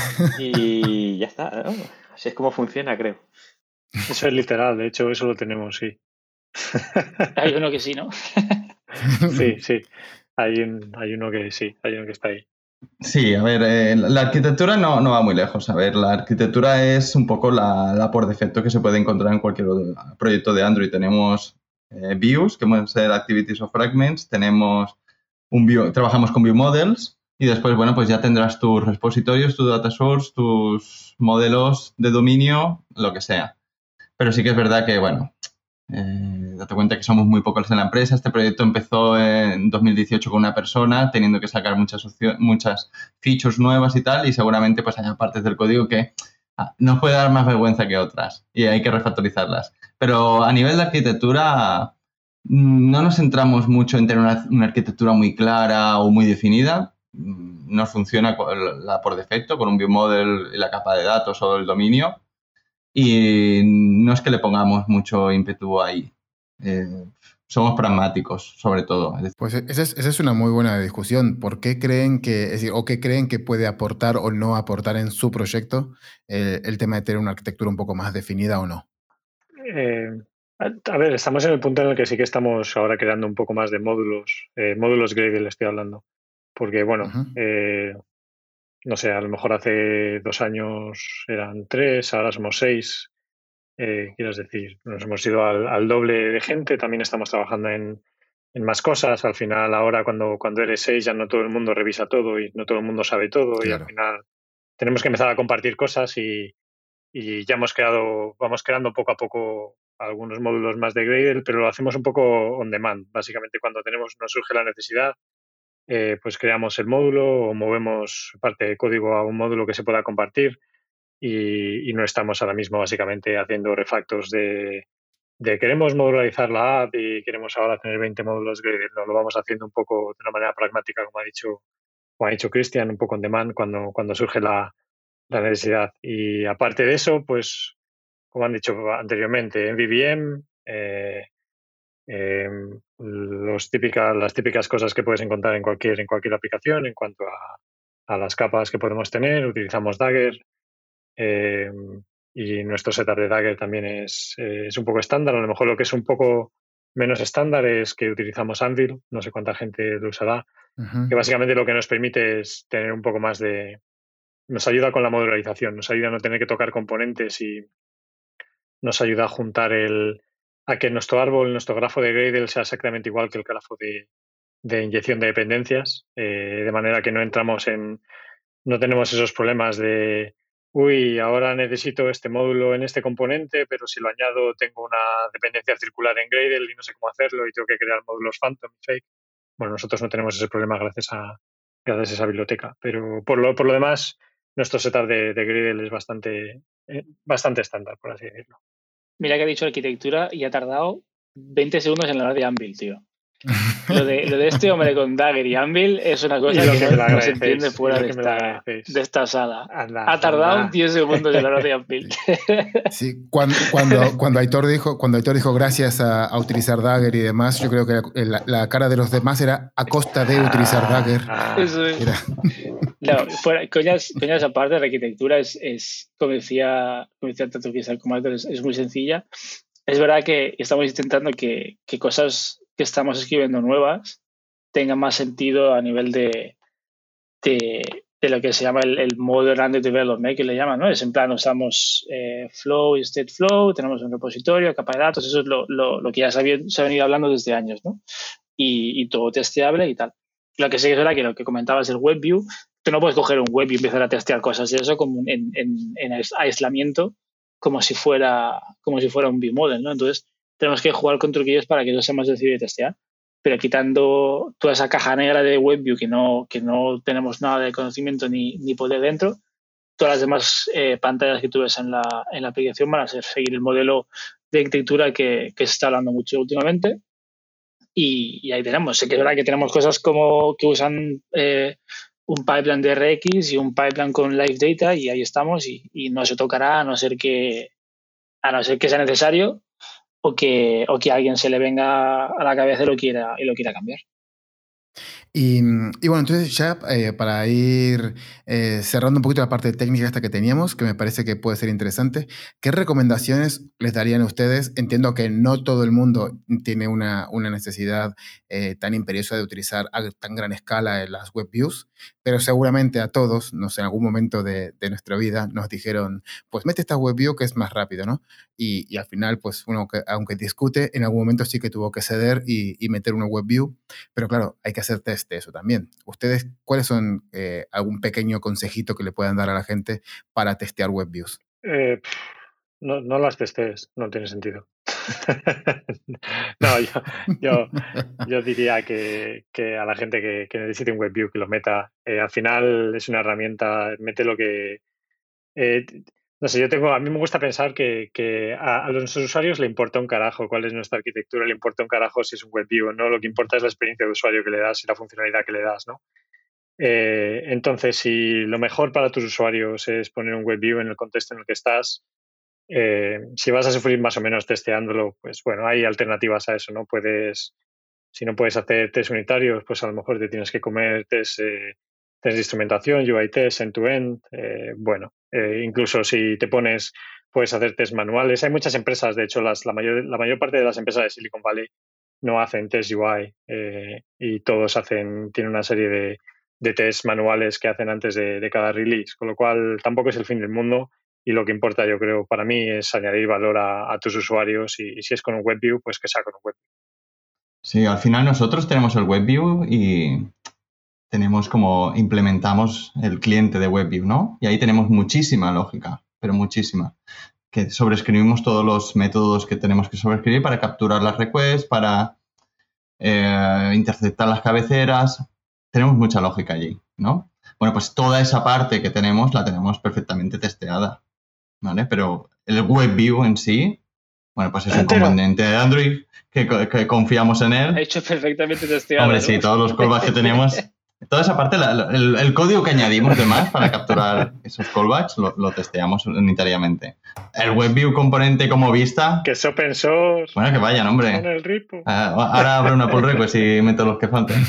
y ya está, ¿no? Así es como funciona, creo. Eso es literal. De hecho, eso lo tenemos, sí. Hay uno que sí, ¿no? Sí. Hay uno que sí, hay uno que está ahí. Sí, a ver, la arquitectura no va muy lejos. A ver, la arquitectura es un poco la por defecto que se puede encontrar en cualquier proyecto de Android. Tenemos views, que pueden ser activities o fragments, trabajamos con view models y después, bueno, pues ya tendrás tus repositorios, tu data source, tus modelos de dominio, lo que sea. Pero sí que es verdad que, bueno, date cuenta que somos muy pocos en la empresa. Este proyecto empezó en 2018 con una persona, teniendo que sacar muchas features nuevas y tal, y seguramente pues haya partes del código que nos puede dar más vergüenza que otras y hay que refactorizarlas. Pero a nivel de arquitectura no nos centramos mucho en tener una arquitectura muy clara o muy definida. Nos funciona por defecto con un view model y la capa de datos o el dominio. Y no es que le pongamos mucho ímpetu ahí. Somos pragmáticos, sobre todo. Pues esa es una muy buena discusión. ¿Por qué creen que, es decir, o qué creen que puede aportar o no aportar en su proyecto el tema de tener una arquitectura un poco más definida o no? A ver, estamos en el punto en el que sí que estamos ahora creando un poco más de módulos Gradle estoy hablando. Porque, bueno, no sé, a lo mejor hace 2 años eran 3, ahora somos 6. Quieres decir, nos hemos ido al doble de gente, también estamos trabajando en más cosas. Al final, ahora cuando eres 6 ya no todo el mundo revisa todo y no todo el mundo sabe todo. Claro. Y al final tenemos que empezar a compartir cosas y ya vamos creando poco a poco algunos módulos más de Gradle, pero lo hacemos un poco on demand. Básicamente cuando nos surge la necesidad, pues creamos el módulo o movemos parte de código a un módulo que se pueda compartir y no estamos ahora mismo básicamente haciendo refactors de queremos modularizar la app y queremos ahora tener 20 módulos Gradle. No, lo vamos haciendo un poco de una manera pragmática, como ha dicho Cristian, un poco on demand cuando surge la necesidad. Y aparte de eso, pues como han dicho anteriormente, MVVM, las típicas cosas que puedes encontrar en cualquier aplicación en cuanto a las capas que podemos tener. Utilizamos Dagger y nuestro setup de Dagger también es un poco estándar. A lo mejor lo que es un poco menos estándar es que utilizamos Anvil, no sé cuánta gente lo usará, que básicamente lo que nos permite es tener un poco más nos ayuda con la modularización, nos ayuda a no tener que tocar componentes y nos ayuda a juntar a que nuestro grafo de Gradle sea exactamente igual que el grafo de inyección de dependencias, de manera que no tenemos esos problemas de ahora necesito este módulo en este componente, pero si lo añado tengo una dependencia circular en Gradle y no sé cómo hacerlo y tengo que crear módulos phantom, fake. Bueno, nosotros no tenemos ese problema gracias a esa biblioteca, pero por lo demás nuestro setup de Gradle es bastante estándar, por así decirlo. Mira que ha dicho arquitectura y ha tardado 20 segundos en hablar de Anvil, tío. Lo de este hombre con Dagger y Anvil es una cosa que no se entiende fuera de esta sala. Ha tardado 10 segundos en hablar de Anvil. Sí, cuando Aitor dijo gracias a utilizar Dagger y demás, yo creo que la cara de los demás era a costa de utilizar Dagger. Eso es. No, coñas aparte, la arquitectura es como decía tanto Cristian como Aitor, es muy sencilla. Es verdad que estamos intentando que cosas que estamos escribiendo nuevas tengan más sentido a nivel de lo que se llama el Model Under Development, que le llaman, ¿no? Es en plan, usamos Flow y State Flow, tenemos un repositorio, capa de datos, eso es lo que ya se ha venido hablando desde años, ¿no? Y todo testeable y tal. Lo que sí que es verdad que lo que comentabas del WebView, tú no puedes coger un web y empezar a testear cosas de eso como en aislamiento, como si fuera un view model, ¿no? Entonces, tenemos que jugar con truquillos para que eso sea más sencillo de testear. Pero quitando toda esa caja negra de WebView que no tenemos nada de conocimiento ni poder dentro, todas las demás pantallas que tú ves en la aplicación van a seguir el modelo de arquitectura que se está hablando mucho últimamente. Y ahí tenemos. Sé que es verdad que tenemos cosas como que usan un pipeline de RX y un pipeline con Live Data y ahí estamos y no se tocará a no ser que sea necesario o que a alguien se le venga a la cabeza y lo quiera cambiar. Y bueno, entonces ya para ir cerrando un poquito la parte técnica esta que teníamos, que me parece que puede ser interesante, ¿qué recomendaciones les darían a ustedes? Entiendo que no todo el mundo tiene una necesidad tan imperiosa de utilizar a tan gran escala las web views, pero seguramente a todos, no sé, en algún momento de nuestra vida nos dijeron, pues mete esta WebView que es más rápido, ¿no? Y al final, pues uno, aunque discute, en algún momento sí que tuvo que ceder y meter una WebView, pero claro, hay que hacer test de eso también. ¿Ustedes cuáles son algún pequeño consejito que le puedan dar a la gente para testear WebViews? No las testes, no tiene sentido. No, yo diría que a la gente que necesite un WebView que lo meta. Al final es una herramienta, mete lo que... no sé, a mí me gusta pensar que a nuestros usuarios le importa un carajo cuál es nuestra arquitectura, le importa un carajo si es un WebView o no, lo que importa es la experiencia de usuario que le das y la funcionalidad que le das, ¿no? Entonces, si lo mejor para tus usuarios es poner un WebView en el contexto en el que estás, si vas a sufrir más o menos testeándolo, pues bueno, hay alternativas a eso, ¿no? Si no puedes hacer test unitarios, pues a lo mejor te tienes que comer test de instrumentación, UI test, end-to-end. Bueno, incluso si te puedes hacer test manuales. Hay muchas empresas, de hecho, la mayor parte de las empresas de Silicon Valley no hacen test UI y todos tienen una serie de test manuales que hacen antes de cada release, con lo cual tampoco es el fin del mundo. Y lo que importa, yo creo, para mí es añadir valor a tus usuarios y si es con un WebView, pues que sea con un WebView. Sí, al final nosotros tenemos el WebView y tenemos como implementamos el cliente de WebView, ¿no? Y ahí tenemos muchísima lógica, pero muchísima. Que sobreescribimos todos los métodos que tenemos que sobreescribir para capturar las requests, para interceptar las cabeceras. Tenemos mucha lógica allí, ¿no? Bueno, pues toda esa parte que tenemos la tenemos perfectamente testeada, ¿vale? Pero el WebView en sí, bueno, pues es un componente de Android que confiamos en él. Ha hecho perfectamente testeado. Hombre, ¿no? sí, todos los callbacks que tenemos, toda esa parte, el código que añadimos de más para capturar esos callbacks lo testeamos unitariamente. El WebView componente como vista... Que es open source. Bueno, que vayan, hombre. En el repo. Ahora abro una pull request y meto los que falten.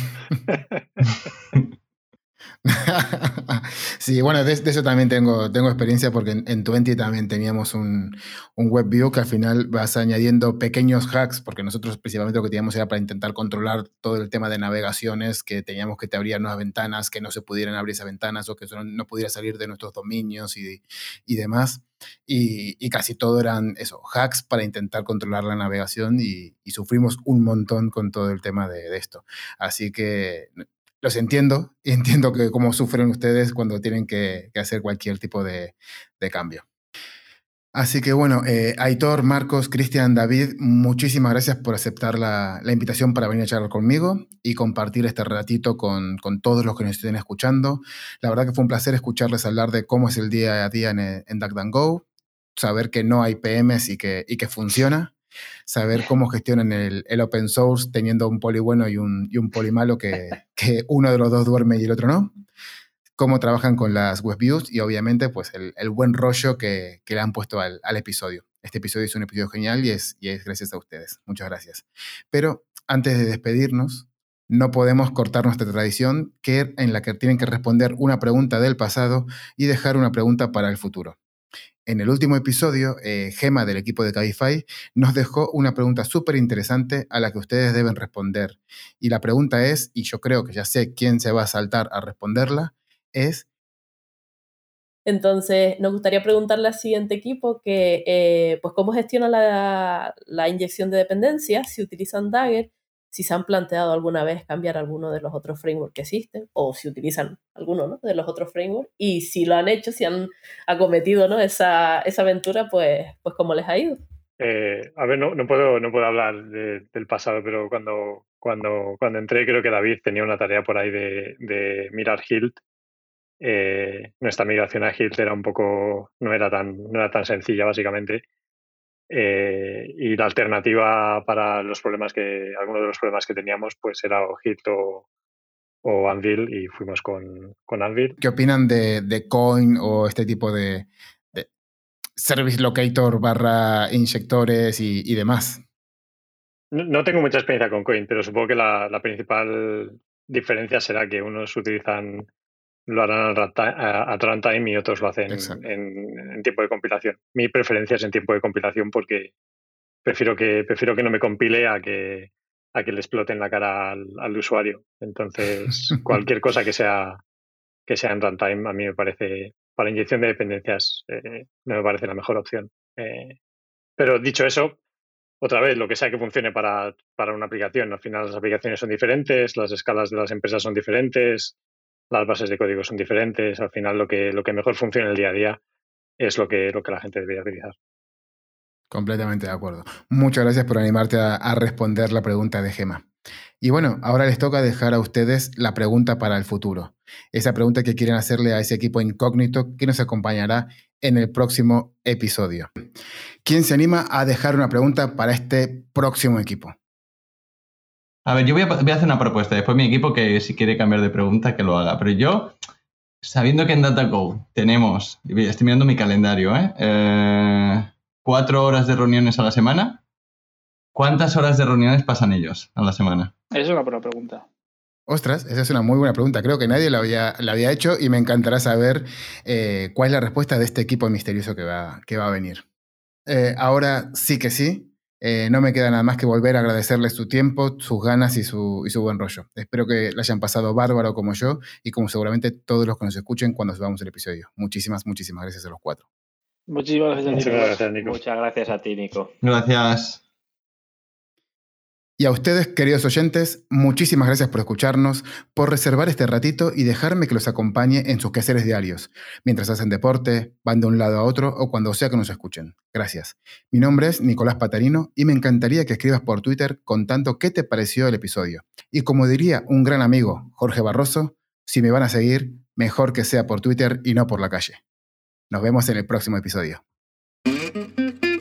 Sí, bueno, de eso también tengo experiencia porque en Twenty también teníamos un WebView que al final vas añadiendo pequeños hacks, porque nosotros principalmente lo que teníamos era para intentar controlar todo el tema de navegaciones, que teníamos que te abrir nuevas ventanas, que no se pudieran abrir esas ventanas o que no pudiera salir de nuestros dominios y demás. Y casi todo eran eso, hacks para intentar controlar la navegación y sufrimos un montón con todo el tema de esto. Así que los entiendo y entiendo que cómo sufren ustedes cuando tienen que hacer cualquier tipo de cambio. Así que bueno, Aitor, Marcos, Cristian, David, muchísimas gracias por aceptar la invitación para venir a charlar conmigo y compartir este ratito con todos los que nos estén escuchando. La verdad que fue un placer escucharles hablar de cómo es el día a día en DuckDuckGo, saber que no hay PMs y que funciona, saber cómo gestionan el open source teniendo un poli bueno y un poli malo que uno de los dos duerme y el otro no, cómo trabajan con las WebViews y obviamente pues el buen rollo que le han puesto al episodio. Este episodio es un episodio genial y es gracias a ustedes. Muchas gracias. Pero antes de despedirnos, no podemos cortar nuestra tradición en la que tienen que responder una pregunta del pasado y dejar una pregunta para el futuro. En el último episodio, Gema del equipo de Cabify nos dejó una pregunta súper interesante a la que ustedes deben responder. Y la pregunta es, y yo creo que ya sé quién se va a saltar a responderla, es... Entonces, nos gustaría preguntarle al siguiente equipo que, pues, cómo gestiona la inyección de dependencias, si utilizan Dagger, si se han planteado alguna vez cambiar alguno de los otros frameworks que existen, o si utilizan alguno, ¿no?, de los otros frameworks, y si lo han hecho, si han acometido, ¿no?, esa aventura, pues cómo les ha ido. A ver, no puedo hablar del pasado, pero cuando entré creo que David tenía una tarea por ahí de mirar Hilt. Nuestra migración a Hilt no era tan sencilla, básicamente. Y la alternativa para algunos de los problemas que teníamos, pues era o Hilt o Anvil, y fuimos con Anvil. ¿Qué opinan de Coin o este tipo de service locator / inyectores y demás? No tengo mucha experiencia con Coin, pero supongo que la principal diferencia será que unos lo harán at runtime y otros lo hacen en tiempo de compilación. Mi preferencia es en tiempo de compilación porque prefiero que no me compile a que le exploten la cara al usuario. Entonces, cualquier cosa que sea que sea en runtime, a mí me parece, para inyección de dependencias, no me parece la mejor opción. Pero dicho eso, otra vez, lo que sea que funcione para una aplicación. Al final las aplicaciones son diferentes, las escalas de las empresas son diferentes, las bases de código son diferentes. Al final lo que mejor funciona en el día a día es lo que la gente debería utilizar. Completamente de acuerdo. Muchas gracias por animarte a responder la pregunta de Gemma. Y bueno, ahora les toca dejar a ustedes la pregunta para el futuro. Esa pregunta que quieren hacerle a ese equipo incógnito que nos acompañará en el próximo episodio. ¿Quién se anima a dejar una pregunta para este próximo equipo? A ver, yo voy a hacer una propuesta. Después mi equipo, que si quiere cambiar de pregunta, que lo haga. Pero yo, sabiendo que en DataGo tenemos, estoy mirando mi calendario, 4 horas de reuniones a la semana, ¿cuántas horas de reuniones pasan ellos a la semana? Es una buena pregunta. Ostras, esa es una muy buena pregunta. Creo que nadie la había hecho y me encantará saber cuál es la respuesta de este equipo misterioso que va a venir. Ahora sí que sí. No me queda nada más que volver a agradecerles su tiempo, sus ganas y su buen rollo. Espero que la hayan pasado bárbaro como yo y como seguramente todos los que nos escuchen cuando subamos el episodio. Muchísimas gracias a los 4. Muchísimas gracias, Nico. Muchas gracias a ti, Nico. Gracias. Y a ustedes, queridos oyentes, muchísimas gracias por escucharnos, por reservar este ratito y dejarme que los acompañe en sus quehaceres diarios, mientras hacen deporte, van de un lado a otro o cuando sea que nos escuchen. Gracias. Mi nombre es Nicolás Patarino y me encantaría que escribas por Twitter contando qué te pareció el episodio. Y como diría un gran amigo, Jorge Barroso, si me van a seguir, mejor que sea por Twitter y no por la calle. Nos vemos en el próximo episodio.